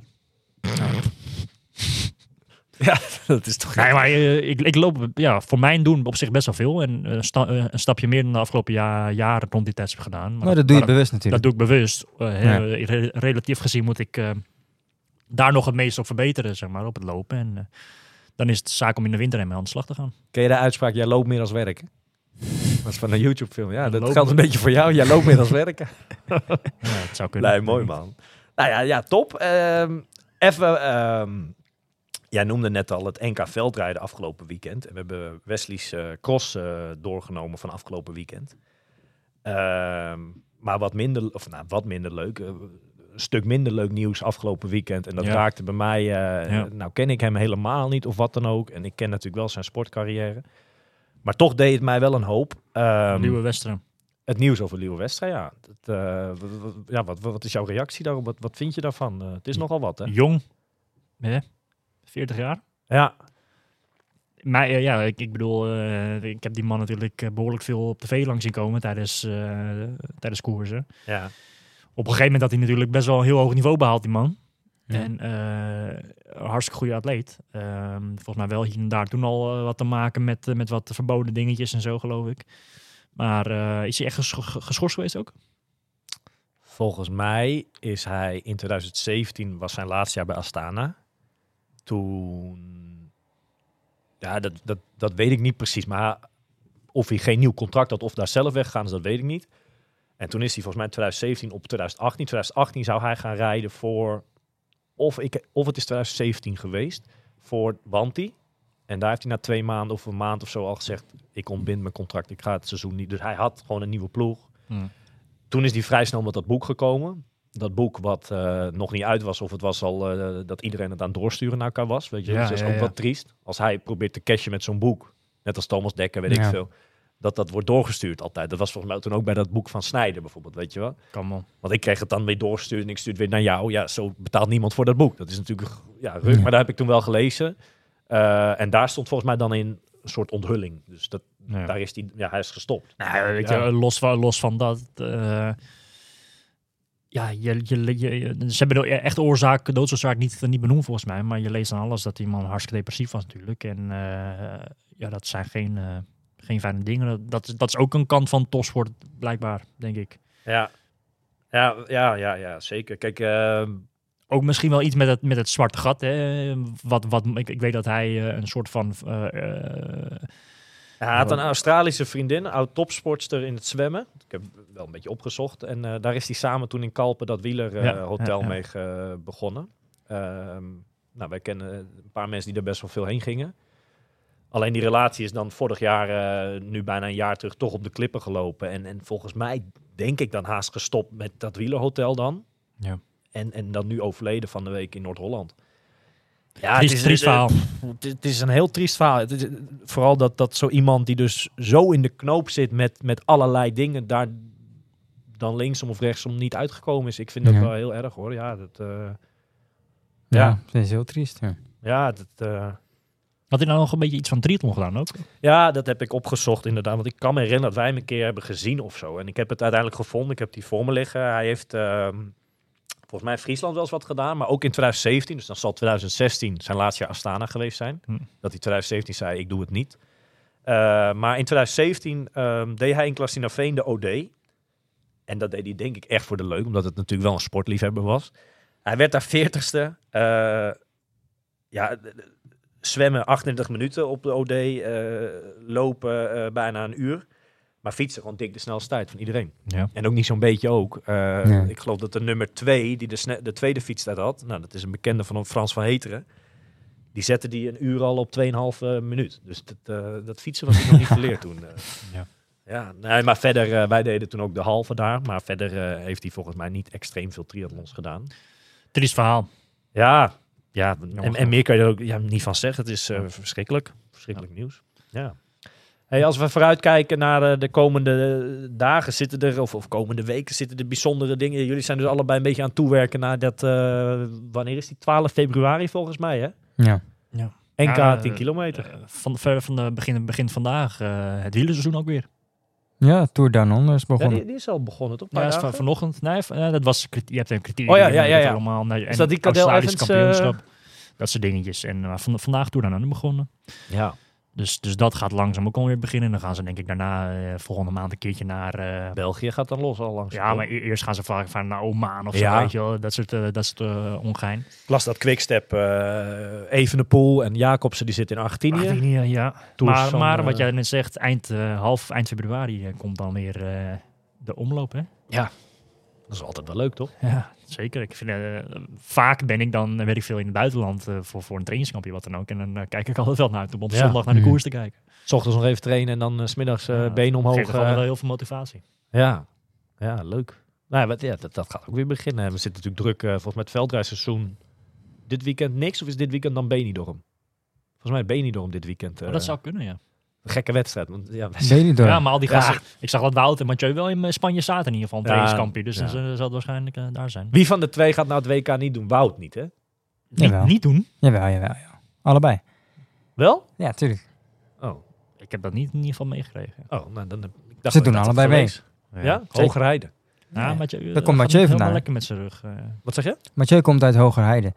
Ja, dat is toch... Nee, maar uh, ik, ik loop ja, voor mijn doen op zich best wel veel. En uh, sta, uh, een stapje meer dan de afgelopen ja, jaren rond die tijd heb gedaan. Maar Maar dat doe je maar bewust dat natuurlijk. doe ik bewust. Uh, Ja. uh, re- relatief gezien moet ik uh, daar nog het meest op verbeteren, zeg maar, op het lopen. En uh, dan is het zaak om in de winter ermee aan de slag te gaan. Ken je de uitspraak, jij loopt meer als werken? Dat is van een YouTube-film. Ja, dat Lopen. geldt een beetje voor jou. Jij loopt meer als werken. Ja, het zou kunnen. Nee, mooi man. Nou ja, ja top. Ehm, even, ehm, jij noemde net al het N K veldrijden afgelopen weekend. En we hebben Wesley's uh, cross uh, doorgenomen van afgelopen weekend. Ehm, maar wat minder, of nou, wat minder leuk. Uh, een stuk minder leuk nieuws afgelopen weekend. En dat Ja. raakte bij mij, uh, Ja. nou ken ik hem helemaal niet of wat dan ook. En ik ken natuurlijk wel zijn sportcarrière. Maar toch deed het mij wel een hoop. Ehm, Nieuwe Westeren. Het nieuws over Liewe Westra, ja. Dat, uh, w- w- ja wat, wat is jouw reactie daarop? Wat, wat vind je daarvan? Uh, het is nogal wat, hè? Jong. Hè? veertig jaar. Ja, Maar uh, ja, ik, ik bedoel, uh, ik heb die man natuurlijk uh, behoorlijk veel op tv lang zien komen tijdens, uh, tijdens koersen. ja. Op een gegeven moment had hij natuurlijk best wel een heel hoog niveau behaald, die man. Ja. En uh, een hartstikke goede atleet. Um, volgens mij wel hier en daar toen al uh, wat te maken met, uh, met wat verboden dingetjes en zo, geloof ik. Maar uh, is hij echt ges- geschorst geweest ook? Volgens mij is hij in twintig zeventien, was zijn laatste jaar bij Astana. Toen, ja, dat, dat, dat weet ik niet precies. Maar of hij geen nieuw contract had of daar zelf weggegaan is, dat weet ik niet. En toen is hij volgens mij in twintig zeventien op twintig achttien. twintig achttien zou hij gaan rijden voor, of, ik, of het is twintig zeventien geweest, voor Wanty. En daar heeft hij na twee maanden of een maand of zo al gezegd... ik ontbind mijn contract, ik ga het seizoen niet. Dus hij had gewoon een nieuwe ploeg. Hmm. Toen is hij vrij snel met dat boek gekomen. Dat boek wat uh, nog niet uit was... of het was al uh, dat iedereen het aan het doorsturen naar elkaar was. Weet je, Ja, dat is ja, ook ja. wat triest. Als hij probeert te cashen met zo'n boek... net als Thomas Dekker, weet Ja. ik veel... dat dat wordt doorgestuurd altijd. Dat was volgens mij toen ook bij dat boek van Snijder bijvoorbeeld, weet je wel. Kan man. Want ik kreeg het dan weer doorgestuurd en ik stuur het weer naar jou. Ja, zo betaalt niemand voor dat boek. Dat is natuurlijk, ja, ruk. Ja. Maar daar heb ik toen wel gelezen. Uh, en daar stond volgens mij dan in een soort onthulling. Dus dat, Ja. daar is die, ja, hij is gestopt. Nou, weet Ja. je, los, van, los van dat... Uh, ja, je, je, je, ze hebben de echte oorzaak, doodsoorzaak niet, niet benoemd volgens mij. Maar je leest dan alles dat die man hartstikke depressief was natuurlijk. En uh, ja, dat zijn geen, uh, geen fijne dingen. Dat, dat is ook een kant van topsport, blijkbaar, denk ik. Ja, ja, ja, ja, ja zeker. Kijk, uh, Ook misschien wel iets met het, met het zwarte gat. Hè? Wat, wat, ik, ik weet dat hij uh, een soort van... Uh, uh, hij had een Australische vriendin, oud topsportster in het zwemmen. Ik heb wel een beetje opgezocht. En uh, daar is hij samen toen in Kalpen dat wielerhotel uh, Ja, hotel ja, ja. mee ge, begonnen. Uh, nou, wij kennen een paar mensen die er best wel veel heen gingen. Alleen die relatie is dan vorig jaar, uh, nu bijna een jaar terug, toch op de klippen gelopen. En, en volgens mij denk ik dan haast gestopt met dat wielerhotel dan. Ja. En, en dan nu overleden van de week in Noord-Holland. Ja, Triest- het is, triest verhaal. Het, het is een heel triest verhaal. Het is, vooral dat, dat zo iemand die dus zo in de knoop zit met, met allerlei dingen, daar dan linksom of rechtsom niet uitgekomen is. Ik vind dat Ja. wel heel erg hoor. Ja, dat, uh, Ja, Ja. dat is heel triest. Ja. ja, dat, uh, Had hij nou nog een beetje iets van triathlon gedaan ook? ja, dat heb ik opgezocht inderdaad. Want ik kan me herinneren dat wij hem een keer hebben gezien of zo. En ik heb het uiteindelijk gevonden. Ik heb die voor me liggen. Hij heeft uh, volgens mij in Friesland wel eens wat gedaan. Maar ook in twintig zeventien. Dus dan zal twintig zestien zijn laatste jaar Astana geweest zijn. Hm. Dat hij twintig zeventien zei, ik doe het niet. Uh, maar in twintig zeventien um, deed hij in Klastinaveen de O D. En dat deed hij denk ik echt voor de leuk. Omdat het natuurlijk wel een sportliefhebber was. Hij werd daar veertigste. Uh, ja, zwemmen achtentwintig minuten op de O D. Uh, lopen uh, bijna een uur. Maar fietsen gewoon dik de snelste tijd van iedereen. Ja. En ook niet zo'n beetje ook. Uh, Ja. Ik geloof dat de nummer twee, die de, sne- de tweede fietstijd had. Nou, dat is een bekende van Frans van Heteren. Die zette die een uur al op twee komma vijf uh, minuut. Dus dat, uh, dat fietsen was ik nog niet geleerd toen. Uh. Ja. Ja, nee, maar verder, uh, wij deden toen ook de halve daar. Maar verder uh, heeft hij volgens mij niet extreem veel triathlons gedaan. Triest verhaal. Ja, ja en, en meer kan je er ook ja, niet van zeggen. Het is uh, verschrikkelijk. Verschrikkelijk Ja. nieuws. Ja. Hey, als we vooruitkijken naar uh, de komende dagen zitten er, of, of komende weken zitten er bijzondere dingen. Jullie zijn dus allebei een beetje aan het toewerken naar dat, uh, wanneer is die? twaalf februari volgens mij, hè? Ja. N K Ja, tien uh, kilometer. Uh, van ver van de begin, begin vandaag uh, het wielerseizoen ook weer. Ja, Tour Down Under is Ja, begonnen. die, die is al begonnen, toch? Een Ja, paar is van, dagen? vanochtend. Nee, van, uh, dat was, je hebt een criterium. Oh ja, ja, ja, ja. Allemaal, nee, Is dat die Cadel Australisch Evans, kampioenschap. Dat soort dingetjes. En uh, van, vandaag Tour Down Under begonnen. Ja. Dus, dus dat gaat langzaam ook alweer beginnen. En dan gaan ze denk ik daarna uh, volgende maand een keertje naar... Uh, België gaat dan los al langs. ja, maar e- eerst gaan ze vaak van naar Oman of zo, Ja. weet je wel. Dat soort, uh, dat soort uh, ongein. Ik las dat Quickstep, uh, Evenepoel en Jacobsen, die zitten in Argentinië. Argentinië, ja. Tours Maar, van, maar uh, wat jij net zegt, eind, uh, half, eind februari uh, komt dan weer uh, de omloop, hè? Ja, dat is altijd wel leuk, toch? Ja, zeker. Ik vind, uh, vaak ben ik dan, uh, weet ik veel, in het buitenland uh, voor, voor een trainingskampje, wat dan ook. En dan uh, kijk ik altijd wel naar uit om op Ja. zondag naar de Mm. koers te kijken. 's Ochtends nog even trainen en dan uh, 's middags uh, Ja, benen omhoog. Geeft gewoon uh, wel heel veel motivatie. ja. ja, leuk. Nou, wat, ja, dat, dat gaat ook weer beginnen. We zitten natuurlijk druk, uh, volgens mij het veldrijseizoen. Dit weekend niks, of is dit weekend dan Benidorm? Volgens mij Benidorm dit weekend. Uh, Maar dat zou kunnen, ja. Een gekke wedstrijd. Want, ja, we- Benidorm. Ja, maar al die Ja. gasten... Ik zag dat Wout en Mathieu wel in Spanje zaten in ieder geval, een Ja, trainingskampje. Dus ja. dan zullen- zal het waarschijnlijk uh, daar zijn. Wie van de twee gaat nou het W K niet doen? Wout niet, hè? Niet, Jawel. niet doen? Jawel, jawel, ja. Allebei. Wel? Ja, tuurlijk. Oh, Ik heb dat niet in ieder geval meegekregen. oh nou dan... heb- Ik dacht Ze dat doen ik dat allebei had mee. gelezen. Ja? Zeker. Hoger rijden. Ja, Ja. Mathieu, Daar uh, komt Mathieu gaat helemaal vandaan. lekker met zijn rug. Uh, Wat zeg je? Mathieu komt uit Hogerheide.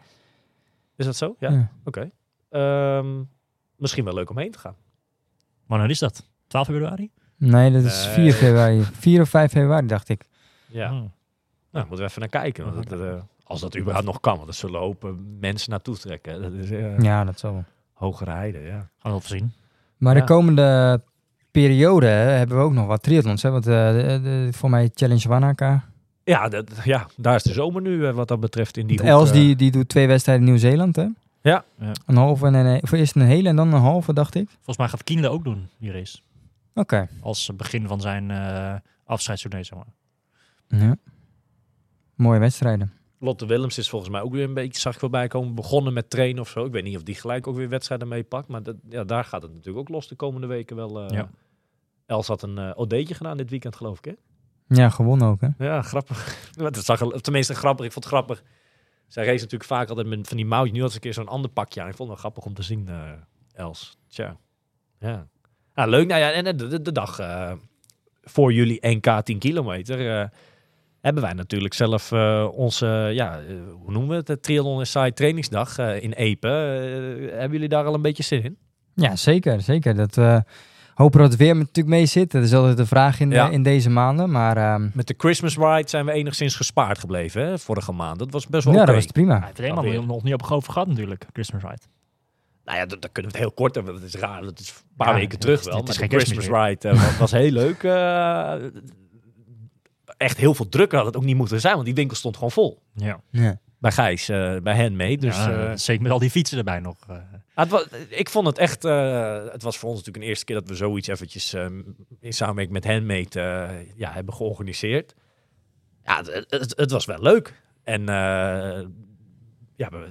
Is dat zo? Ja. Ja. Oké. Ehm, misschien wel leuk om heen te gaan. wanneer is dat? twaalf februari? Nee, dat is Nee. vier februari. vier of vijf februari, dacht ik. Ja. Oh. Nou, moeten we even naar kijken. Want het, uh, als dat überhaupt nog kan. Want er zullen hopen mensen naartoe trekken. Dat is uh, Ja, dat zal wel. hogere heide, ja. Gaan we wel voorzien. Maar Ja. de komende periode hè, hebben we ook nog wat triathlons. Hè? Want uh, de, de, voor mij Challenge Wanaka. Ja, dat, ja, daar is de zomer nu uh, wat dat betreft in die Want hoek, Els uh, die, die doet twee wedstrijden in Nieuw-Zeeland. Hè? Ja. Ja. Een halve en een... Of eerst een hele en dan een halve, dacht ik. Volgens mij gaat Kienle ook doen, die race. Oké. Okay. Als begin van zijn uh, afscheidstournee, zeg maar. Ja. Mooie wedstrijden. Lotte Willems is volgens mij ook weer een beetje, zag ik voorbij komen, begonnen met trainen of zo. Ik weet niet of die gelijk ook weer wedstrijden meepakt. Maar dat, ja, daar gaat het natuurlijk ook los de komende weken wel. Uh, Ja. Els had een uh, O D'tje gedaan dit weekend, geloof ik, hè? Ja, gewonnen ook, hè? Ja, grappig. Dat zag er, tenminste grappig. Ik vond het grappig. Zij race natuurlijk vaak altijd met van die mouwtjes. Nu had ze een keer zo'n ander pakje aan. Ik vond het wel grappig om te zien, uh, Els. Tja. Ja. Ah, leuk. Nou ja, en de, de, de dag uh, voor jullie N K tien kilometer... Uh, hebben wij natuurlijk zelf uh, onze, ja, uh, hoe noemen we het, de Triathlon Inside trainingsdag uh, in Epe. Uh, hebben jullie daar al een beetje zin in? Ja, zeker. Zeker. Dat, uh, hopen dat het weer natuurlijk mee zit. Dat is altijd de vraag in, ja. uh, in deze maanden. Maar, uh, met de Christmas Ride zijn we enigszins gespaard gebleven, hè, vorige maand. Dat was best wel ja, oké. dat was prima. Ja, het heeft helemaal nog niet op over gehad natuurlijk, Christmas Ride. Nou ja, daar kunnen we het heel kort hebben. Dat is raar. Dat is een paar Ja, weken terug het, wel. het is maar geen de Christmas Ride uh, was, was heel leuk. Uh, echt heel veel drukker had het ook niet moeten zijn, want die winkel stond gewoon vol. Ja. Ja. Bij Gijs, uh, bij hen mee. Dus, ja, uh, zeker met al die fietsen erbij nog. Uh. Het was, ik vond het echt, uh, het was voor ons natuurlijk een eerste keer dat we zoiets eventjes uh, in samenwerking met Handmade uh, ja, hebben georganiseerd. Ja, het, het, het was wel leuk. En uh, ja, we,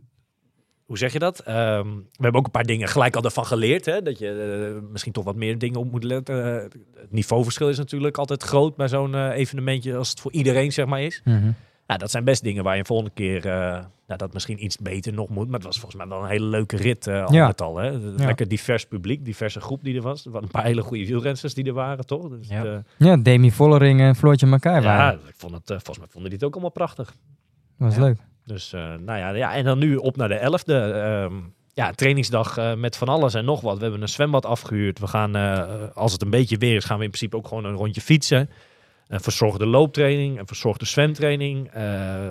hoe zeg je dat? Um, we hebben ook een paar dingen gelijk al ervan geleerd. Hè? Dat je uh, misschien toch wat meer dingen op moet letten. Uh, het niveauverschil is natuurlijk altijd groot bij zo'n uh, evenementje als het voor iedereen zeg maar is. Mm-hmm. Nou, dat zijn best dingen waar je een volgende keer uh, nou, dat misschien iets beter nog moet. Maar het was volgens mij wel een hele leuke rit uh, al ja. met al. Hè? Ja. Lekker divers publiek, diverse groep die er was. Er waren een paar hele goede wielrensters die er waren, toch? Dus ja. Het, uh, ja, Demi Vollering en Floortje Mackay ja, waren. ik vond het, uh, volgens mij vonden die het ook allemaal prachtig. Dat was ja. leuk. Dus, uh, nou ja, ja, en dan nu op naar de elfde. Um, ja, trainingsdag uh, met van alles en nog wat. We hebben een zwembad afgehuurd. We gaan, uh, als het een beetje weer is, gaan we in principe ook gewoon een rondje fietsen. Een verzorgde looptraining, een verzorgde zwemtraining. Uh,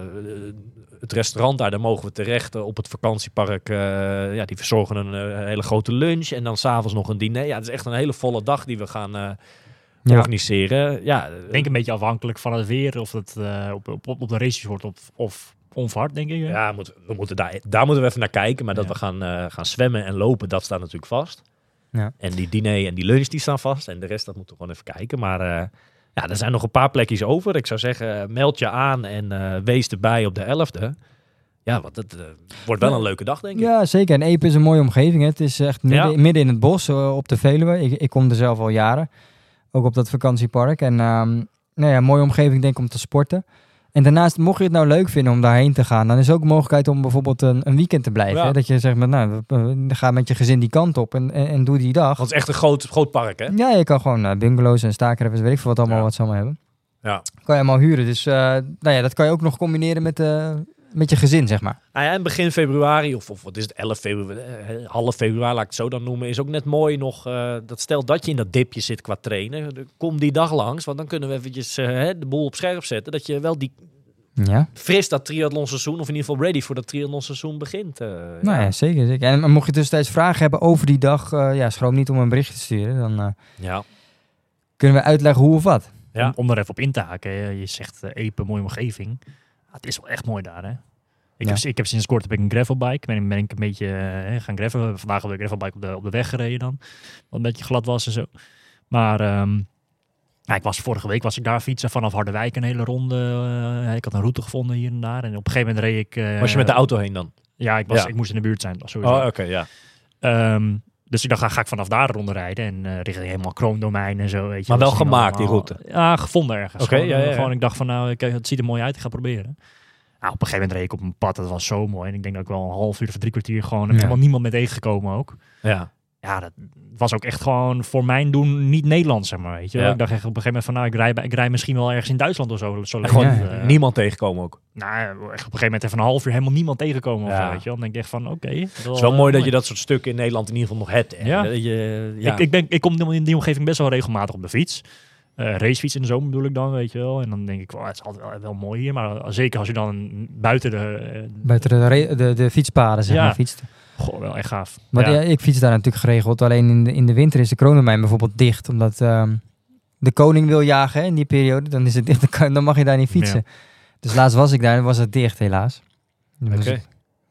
het restaurant daar, daar mogen we terecht uh, op het vakantiepark. Uh, ja, die verzorgen een uh, hele grote lunch. En dan s'avonds nog een diner. Ja, het is echt een hele volle dag die we gaan uh, ja. organiseren. Ja, ik denk een beetje afhankelijk van het weer. Of het uh, op, op, op de races wordt of, of onverhard, denk ik. Hè? Ja, moet, we moeten daar, daar moeten we even naar kijken. Maar dat ja. we gaan, uh, gaan zwemmen en lopen, dat staat natuurlijk vast. Ja. En die diner en die lunch, die staan vast. En de rest, dat moeten we gewoon even kijken. Maar uh, ja, er zijn nog een paar plekjes over. Ik zou zeggen, meld je aan en uh, wees erbij op de elfde. Ja, want het uh, wordt wel een leuke dag, denk ik. Ja, zeker. En Epe is een mooie omgeving. Hè. Het is echt midden, ja. midden in het bos, uh, op de Veluwe. Ik, ik kom er zelf al jaren. Ook op dat vakantiepark. En um, nou ja, een mooie omgeving, denk ik, om te sporten. En daarnaast, mocht je het nou leuk vinden om daarheen te gaan, dan is er ook een mogelijkheid om bijvoorbeeld een, een weekend te blijven. Ja. Hè? Dat je zegt, maar, nou, ga met je gezin die kant op en, en, en doe die dag. Want het is echt een groot, groot park, hè? Ja, je kan gewoon uh, bungalows en stakerheffers, weet ik veel wat allemaal Ja. wat ze allemaal hebben. Ja. Kan je allemaal huren. Dus uh, nou ja, dat kan je ook nog combineren met, uh, met je gezin, zeg maar. Nou ja, en begin februari, of, of wat is het, elf februari, eh, half februari, laat ik het zo dan noemen, is ook net mooi nog, uh, dat stel dat je in dat dipje zit qua trainen, kom die dag langs, want dan kunnen we eventjes uh, de boel op scherp zetten, dat je wel die Ja. fris dat triathlonseizoen, of in ieder geval ready voor dat triathlonseizoen begint. Uh, Nou ja, ja zeker, zeker. En mocht je tussentijds vragen hebben over die dag, uh, ja, schroom niet om een bericht te sturen. Dan uh, ja. kunnen we uitleggen hoe of wat. Ja. Om, om er even op in te haken. Hè. Je zegt uh, Epe, mooie omgeving. Ah, het is wel echt mooi daar, hè? Ik, Ja. heb, ik heb sinds kort heb ik een gravelbike. Ben, ben ik een beetje uh, gaan gravelen. Vandaag heb ik een gravelbike op de, op de weg gereden dan. Wat een beetje glad was en zo. Maar um, ja, ik was, vorige week was ik daar fietsen vanaf Harderwijk een hele ronde. Uh, ik had een route gevonden hier en daar. En op een gegeven moment reed ik... Uh, Was je met de auto heen dan? Ja, ik, was, Ja. ik moest in de buurt zijn. Dat sowieso. Oh, oké, okay, ja. Um, dus ik dacht, ga, ga ik vanaf daar een ronde rijden. En uh, richting helemaal kroondomein en zo. Weet je. Maar wel Dat ging gemaakt, die allemaal- route? Ja, gevonden ergens. Oké, Gewoon, ja, ja, ja. gewoon, ik dacht van, nou, kijk, het ziet er mooi uit. Ik ga het proberen. Nou, op een gegeven moment reed ik op een pad. Dat was zo mooi. En ik denk dat ik wel een half uur of drie kwartier gewoon... heb Ja. helemaal niemand mee tegengekomen ook. Ja. Ja, dat was ook echt gewoon voor mijn doen niet Nederlands, zeg maar. Weet je. Ja. Ik dacht echt op een gegeven moment van, nou, ik rij, bij- ik rij misschien wel ergens in Duitsland of zo. zo En gewoon Ja, uh, niemand tegenkomen ook. Nou, echt op een gegeven moment even een half uur helemaal niemand tegenkomen. Ja. Of zo, weet je. Dan denk ik echt van, oké. Okay, Het is wel mooi dat je dat soort stukken in Nederland in ieder geval nog hebt. En Ja. dat je, ja. Ik, ik, ben, ik kom in die omgeving best wel regelmatig op de fiets. Uh, racefiets in de zomer bedoel ik dan, weet je wel. En dan denk ik, well, het is altijd wel, wel mooi hier. Maar zeker als je dan buiten de... Uh, Buiten de, re- de, de fietspaden, zeg Ja. maar, fietst. goh, wel echt gaaf. Maar Ja. ja, ik fiets daar natuurlijk geregeld. Alleen in de, in de winter is de kroondomein bijvoorbeeld dicht. Omdat um, de koning wil jagen hè, in die periode. Dan is het dicht, dan, kan, dan mag je daar niet fietsen. Dus laatst was ik daar en was het dicht helaas. Dan Oké. moest ik-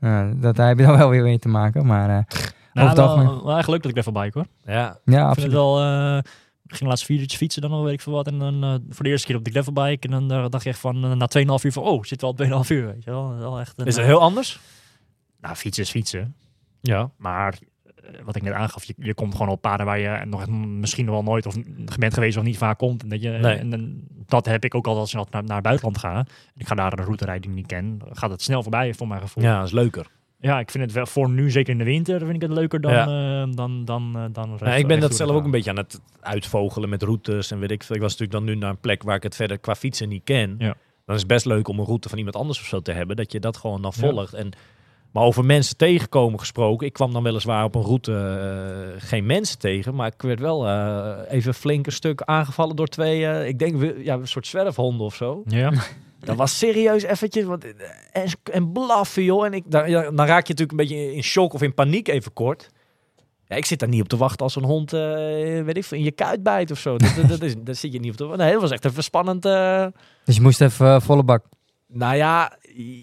Uh, dat, daar heb je dan wel weer mee te maken. Maar uh, Nou, over het wel, algemeen- wel echt leuk dat ik gravelbike hoor. Ja. ja, Ik vind het absoluut. wel... eh, ik ging laatst vier uurtjes fietsen dan al, weet ik veel wat. En dan uh, voor de eerste keer op de gravelbike. En dan uh, dacht je echt van uh, na twee komma vijf uur van... Oh, zit wel op twee komma vijf uur, weet je wel. wel echt een, Is het uh, heel anders? Nou, fietsen is fietsen. Ja. Maar uh, wat ik net aangaf, je, je komt gewoon op paden waar je nog misschien wel nooit of bent geweest of niet vaak komt. En, dat, je, Nee. en, en dat heb ik ook al als ik naar, naar het buitenland ga. Ik ga daar een route rijden die ik niet ken. Dan gaat het snel voorbij voor mijn gevoel. Ja, dat is leuker. Ja, ik vind het wel voor nu, zeker in de winter, vind ik het leuker dan... Ja. Uh, dan, dan, uh, dan Ja, ik ben dat zelf ook een beetje aan het uitvogelen met routes en weet ik veel. Ik was natuurlijk dan nu naar een plek waar ik het verder qua fietsen niet ken. Ja. Dan is het best leuk om een route van iemand anders of zo te hebben, dat je dat gewoon dan Ja. volgt. En, maar over mensen tegenkomen gesproken, ik kwam dan weliswaar op een route uh, geen mensen tegen, maar ik werd wel uh, even flink een stuk aangevallen door twee, uh, ik denk ja, een soort zwerfhonden of zo. Ja. Dat was serieus eventjes, want, en, en blaffen joh. En ik, dan, ja, dan raak je natuurlijk een beetje in shock of in paniek even kort. Ja, ik zit daar niet op te wachten als een hond, uh, weet ik veel, in je kuit bijt of zo. Dat, dat, dat is, daar zit je niet op te wachten. Nee, dat was echt even spannend. Uh... Dus je moest even uh, volle bak. Nou ja,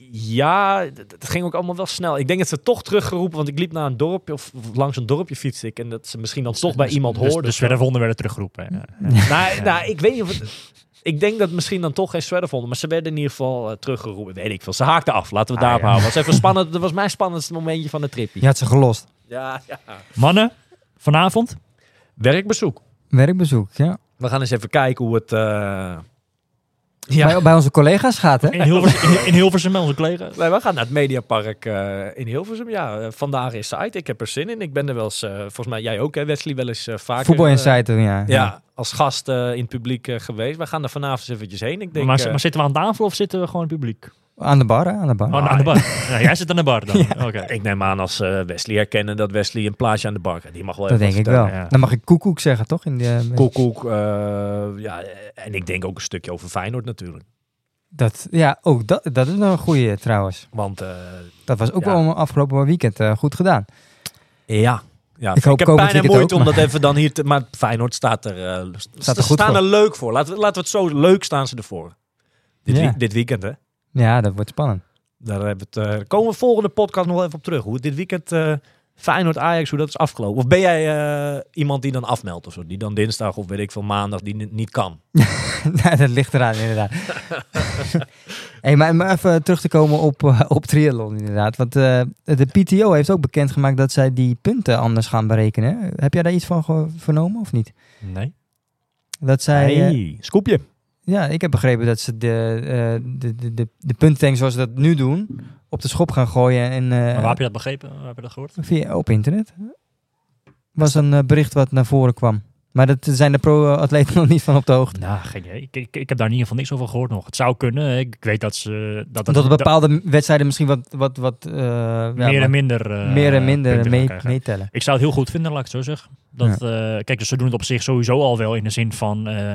ja, het ging ook allemaal wel snel. Ik denk dat ze toch teruggeroepen, want ik liep naar een dorpje of, of langs een dorpje fietste ik. En dat ze misschien dan toch bij Dus- iemand dus, hoorden. Dus zwerfhonden werden teruggeroepen. Ja. nou, nou, ik weet niet of het... Ik denk dat misschien dan toch geen zwerfhonden, maar ze werden in ieder geval uh, teruggeroepen. Weet ik veel. Ze haakten af. Laten we Ah, daarop ja. houden. Dat was even spannend. Dat was mijn spannendste momentje van de tripje. Je had ze gelost. Ja, ja. Mannen, vanavond? Werkbezoek. Werkbezoek, ja. We gaan eens even kijken hoe het... Uh... Ja. Bij, bij onze collega's gaat, hè? In Hilversum, in, in Hilversum met onze collega's? Nee, we gaan naar het Mediapark uh, in Hilversum. Ja, uh, vandaag is site. Ik heb er zin in. Ik ben er wel eens, uh, volgens mij jij ook, hè, Wesley, wel eens uh, vaker... Voetbal uh, Insight, ja. Ja, ja. als gast uh, in het publiek uh, geweest. We gaan er vanavond eens eventjes heen. Ik denk, maar, uh, maar zitten we aan tafel of zitten we gewoon in het publiek? Aan de bar, hè? Aan de bar. Oh, aan de bar. Ja, jij zit aan de bar dan? Ja. Oké. ik neem aan als uh, Wesley herkennen dat Wesley een plaatsje aan de bar heeft. Die mag wel Dat even denk ik wat wel. vertellen. ja. Dan mag ik koekoek zeggen, toch? In de, Koekoek, uh, ja, en ik denk ook een stukje over Feyenoord natuurlijk. dat, ja, ook dat, dat is nog een goeie trouwens. Want uh, Dat was ook Ja. wel afgelopen weekend uh, goed gedaan. ja, ja Ik hoop heb komend bijna weekend moeite ook, om dat even dan hier te... Maar Feyenoord staat er, uh, Staat er ze goed staan voor. er leuk voor. Laten we, laten we het zo leuk staan ze ervoor. Dit, Ja. wie- dit weekend, hè? Ja, dat wordt spannend. Daar hebben we het, uh, komen we volgende podcast nog wel even op terug. Hoe het dit weekend uh, Feyenoord-Ajax, hoe dat is afgelopen. Of ben jij uh, iemand die dan afmeldt of zo? Die dan dinsdag of weet ik veel maandag die n- niet kan? Nou, dat ligt eraan, inderdaad. hey, maar, maar even terug te komen op, uh, op triathlon, inderdaad. Want uh, de P T O heeft ook bekendgemaakt dat zij die punten anders gaan berekenen. Heb jij daar iets van ge- vernomen of niet? Nee. Dat zij... uh, Hey, scoopje. ja, ik heb begrepen dat ze de, uh, de, de, de, de puntentank zoals ze dat nu doen, op de schop gaan gooien. En, uh, Maar waar heb je dat begrepen? Waar heb je dat gehoord? via, op internet. Was een uh, bericht wat naar voren kwam. Maar dat zijn de pro-atleten nog niet van op de hoogte. Nou, geen idee. Ik, ik, ik heb daar in ieder geval niks over gehoord nog. Het zou kunnen. Ik, ik weet dat ze... Dat, Dat er bepaalde wedstrijden misschien wat, wat, wat uh, ja, meer wat en minder... uh, meer en minder punten mee, gaan krijgen. meetellen. Ik zou het heel goed vinden, laat ik het zo zeggen. Dat, eh, kijk, dus ze doen het op zich sowieso al wel in de zin van... eh,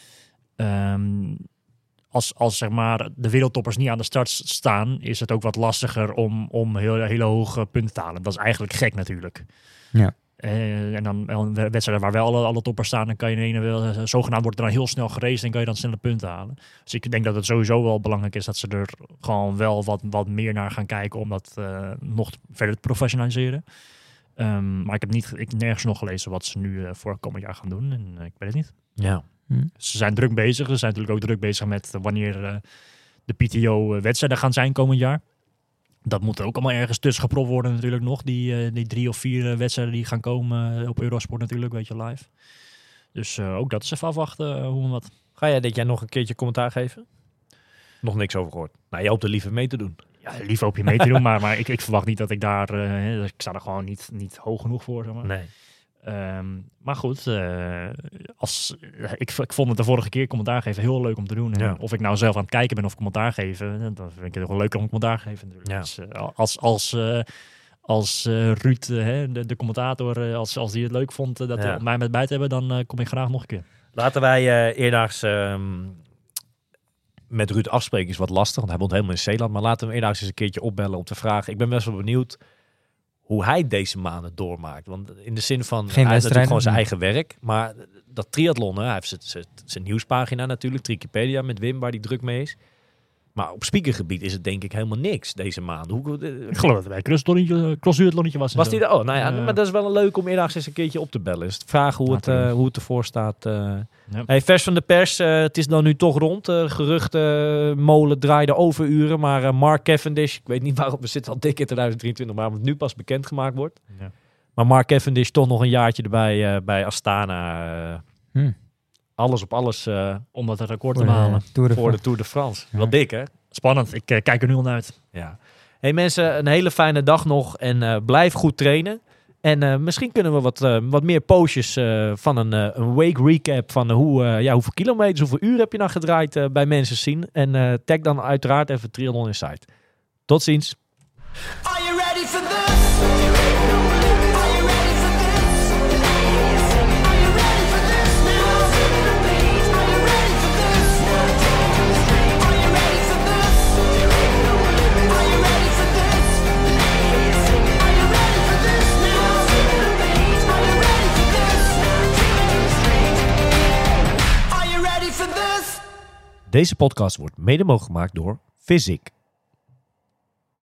ehm, als, als zeg maar de wereldtoppers niet aan de start staan... is het ook wat lastiger om, om heel, hele hoge punten te halen. Dat is eigenlijk gek natuurlijk. Ja. Uh, en dan wel een wedstrijd waar wel alle, alle toppers staan... dan kan je in ene wel... Uh, zogenaamd wordt er dan heel snel geraced... en kan je dan snelle punten halen. Dus ik denk dat het sowieso wel belangrijk is... dat ze er gewoon wel wat, wat meer naar gaan kijken... om dat uh, nog verder te professionaliseren. Um, maar ik heb niet, ik nergens nog gelezen wat ze nu uh, voor komend jaar gaan doen. En uh, ik weet het niet. Ja. Hm. Ze zijn druk bezig. Ze zijn natuurlijk ook druk bezig met uh, wanneer uh, de P T O uh, wedstrijden gaan zijn komend jaar. Dat moet er ook allemaal ergens tussen gepropt worden natuurlijk nog. Die, uh, die drie of vier uh, wedstrijden die gaan komen uh, op Eurosport natuurlijk, weet je, live. Dus uh, ook dat is even afwachten uh, hoe en wat. Ga jij dit jaar nog een keertje commentaar geven? Nog niks over gehoord. Nou, je hoopt er liever mee te doen. Ja, lief hoop je mee te doen, maar, maar ik, ik verwacht niet dat ik daar... Uh, ik sta er gewoon niet, niet hoog genoeg voor, zeg maar. Nee. Um, maar goed, uh, als, ik, ik vond het de vorige keer commentaar geven heel leuk om te doen. En Ja. of ik nou zelf aan het kijken ben of commentaar geven, dan vind ik het wel leuker om commentaar te geven. Ja. Dus, uh, als als, uh, als uh, Ruud, uh, de, de commentator, uh, als, als die het leuk vond uh, dat Ja. ja. mij met bij te hebben, dan uh, kom ik graag nog een keer. Laten wij uh, eerdaags um, met Ruud afspreken is wat lastig, want hij woont helemaal in Zeeland. Maar laten we hem eerdaags eens een keertje opbellen om te vragen. Ik ben best wel benieuwd hoe hij deze maanden doormaakt. Want in de zin van, Geen hij heeft natuurlijk gewoon zijn wedstrijden? eigen werk. Maar dat triathlon, hè, hij heeft zijn, zijn, zijn nieuwspagina natuurlijk, Trikipedia met Wim, waar hij druk mee is. Maar op speakergebied is het denk ik helemaal niks deze maand. Hoe, de, Ik geloof dat het bij crossduurtlonnetje crossduurtlonnetje was. en was zo. die er? Oh, nou ja, Uh, maar dat is wel een leuk om eerder eens een keertje op te bellen. Is vragen hoe het, Laten we uh, hoe het ervoor staat. Uh. Ja. Hey, vers van de pers, uh, het is dan nu toch rond. Uh, geruchten, uh, molen draaide overuren. Maar uh, Mark Cavendish, ik weet niet waarom, we zitten al dik in twintig drieëntwintig, maar het nu pas bekendgemaakt wordt. Ja. Maar Mark Cavendish toch nog een jaartje erbij uh, bij Astana. Uh, Hm. Alles op alles uh, Om dat record te Voor de behalen. Tour de voor de Tour de France. Ja. Wel dik, hè? Spannend. Ik uh, kijk er nu al naar uit. Ja. Hey mensen, een hele fijne dag nog en uh, blijf goed trainen. En uh, misschien kunnen we wat, uh, wat meer postjes uh, van een, uh, een week recap van uh, hoe, uh, ja, hoeveel kilometers, hoeveel uur heb je nou gedraaid uh, bij mensen zien. En uh, tag dan uiteraard even Triathlon Insight. Tot ziens. Are you ready for this? Are you ready for this? Are you ready for this now? Are you ready for this? Are you ready for this? Are you ready for this? Are you ready for this now? Are you ready for this? Are you ready for this? Deze podcast wordt mede mogelijk gemaakt door Physic.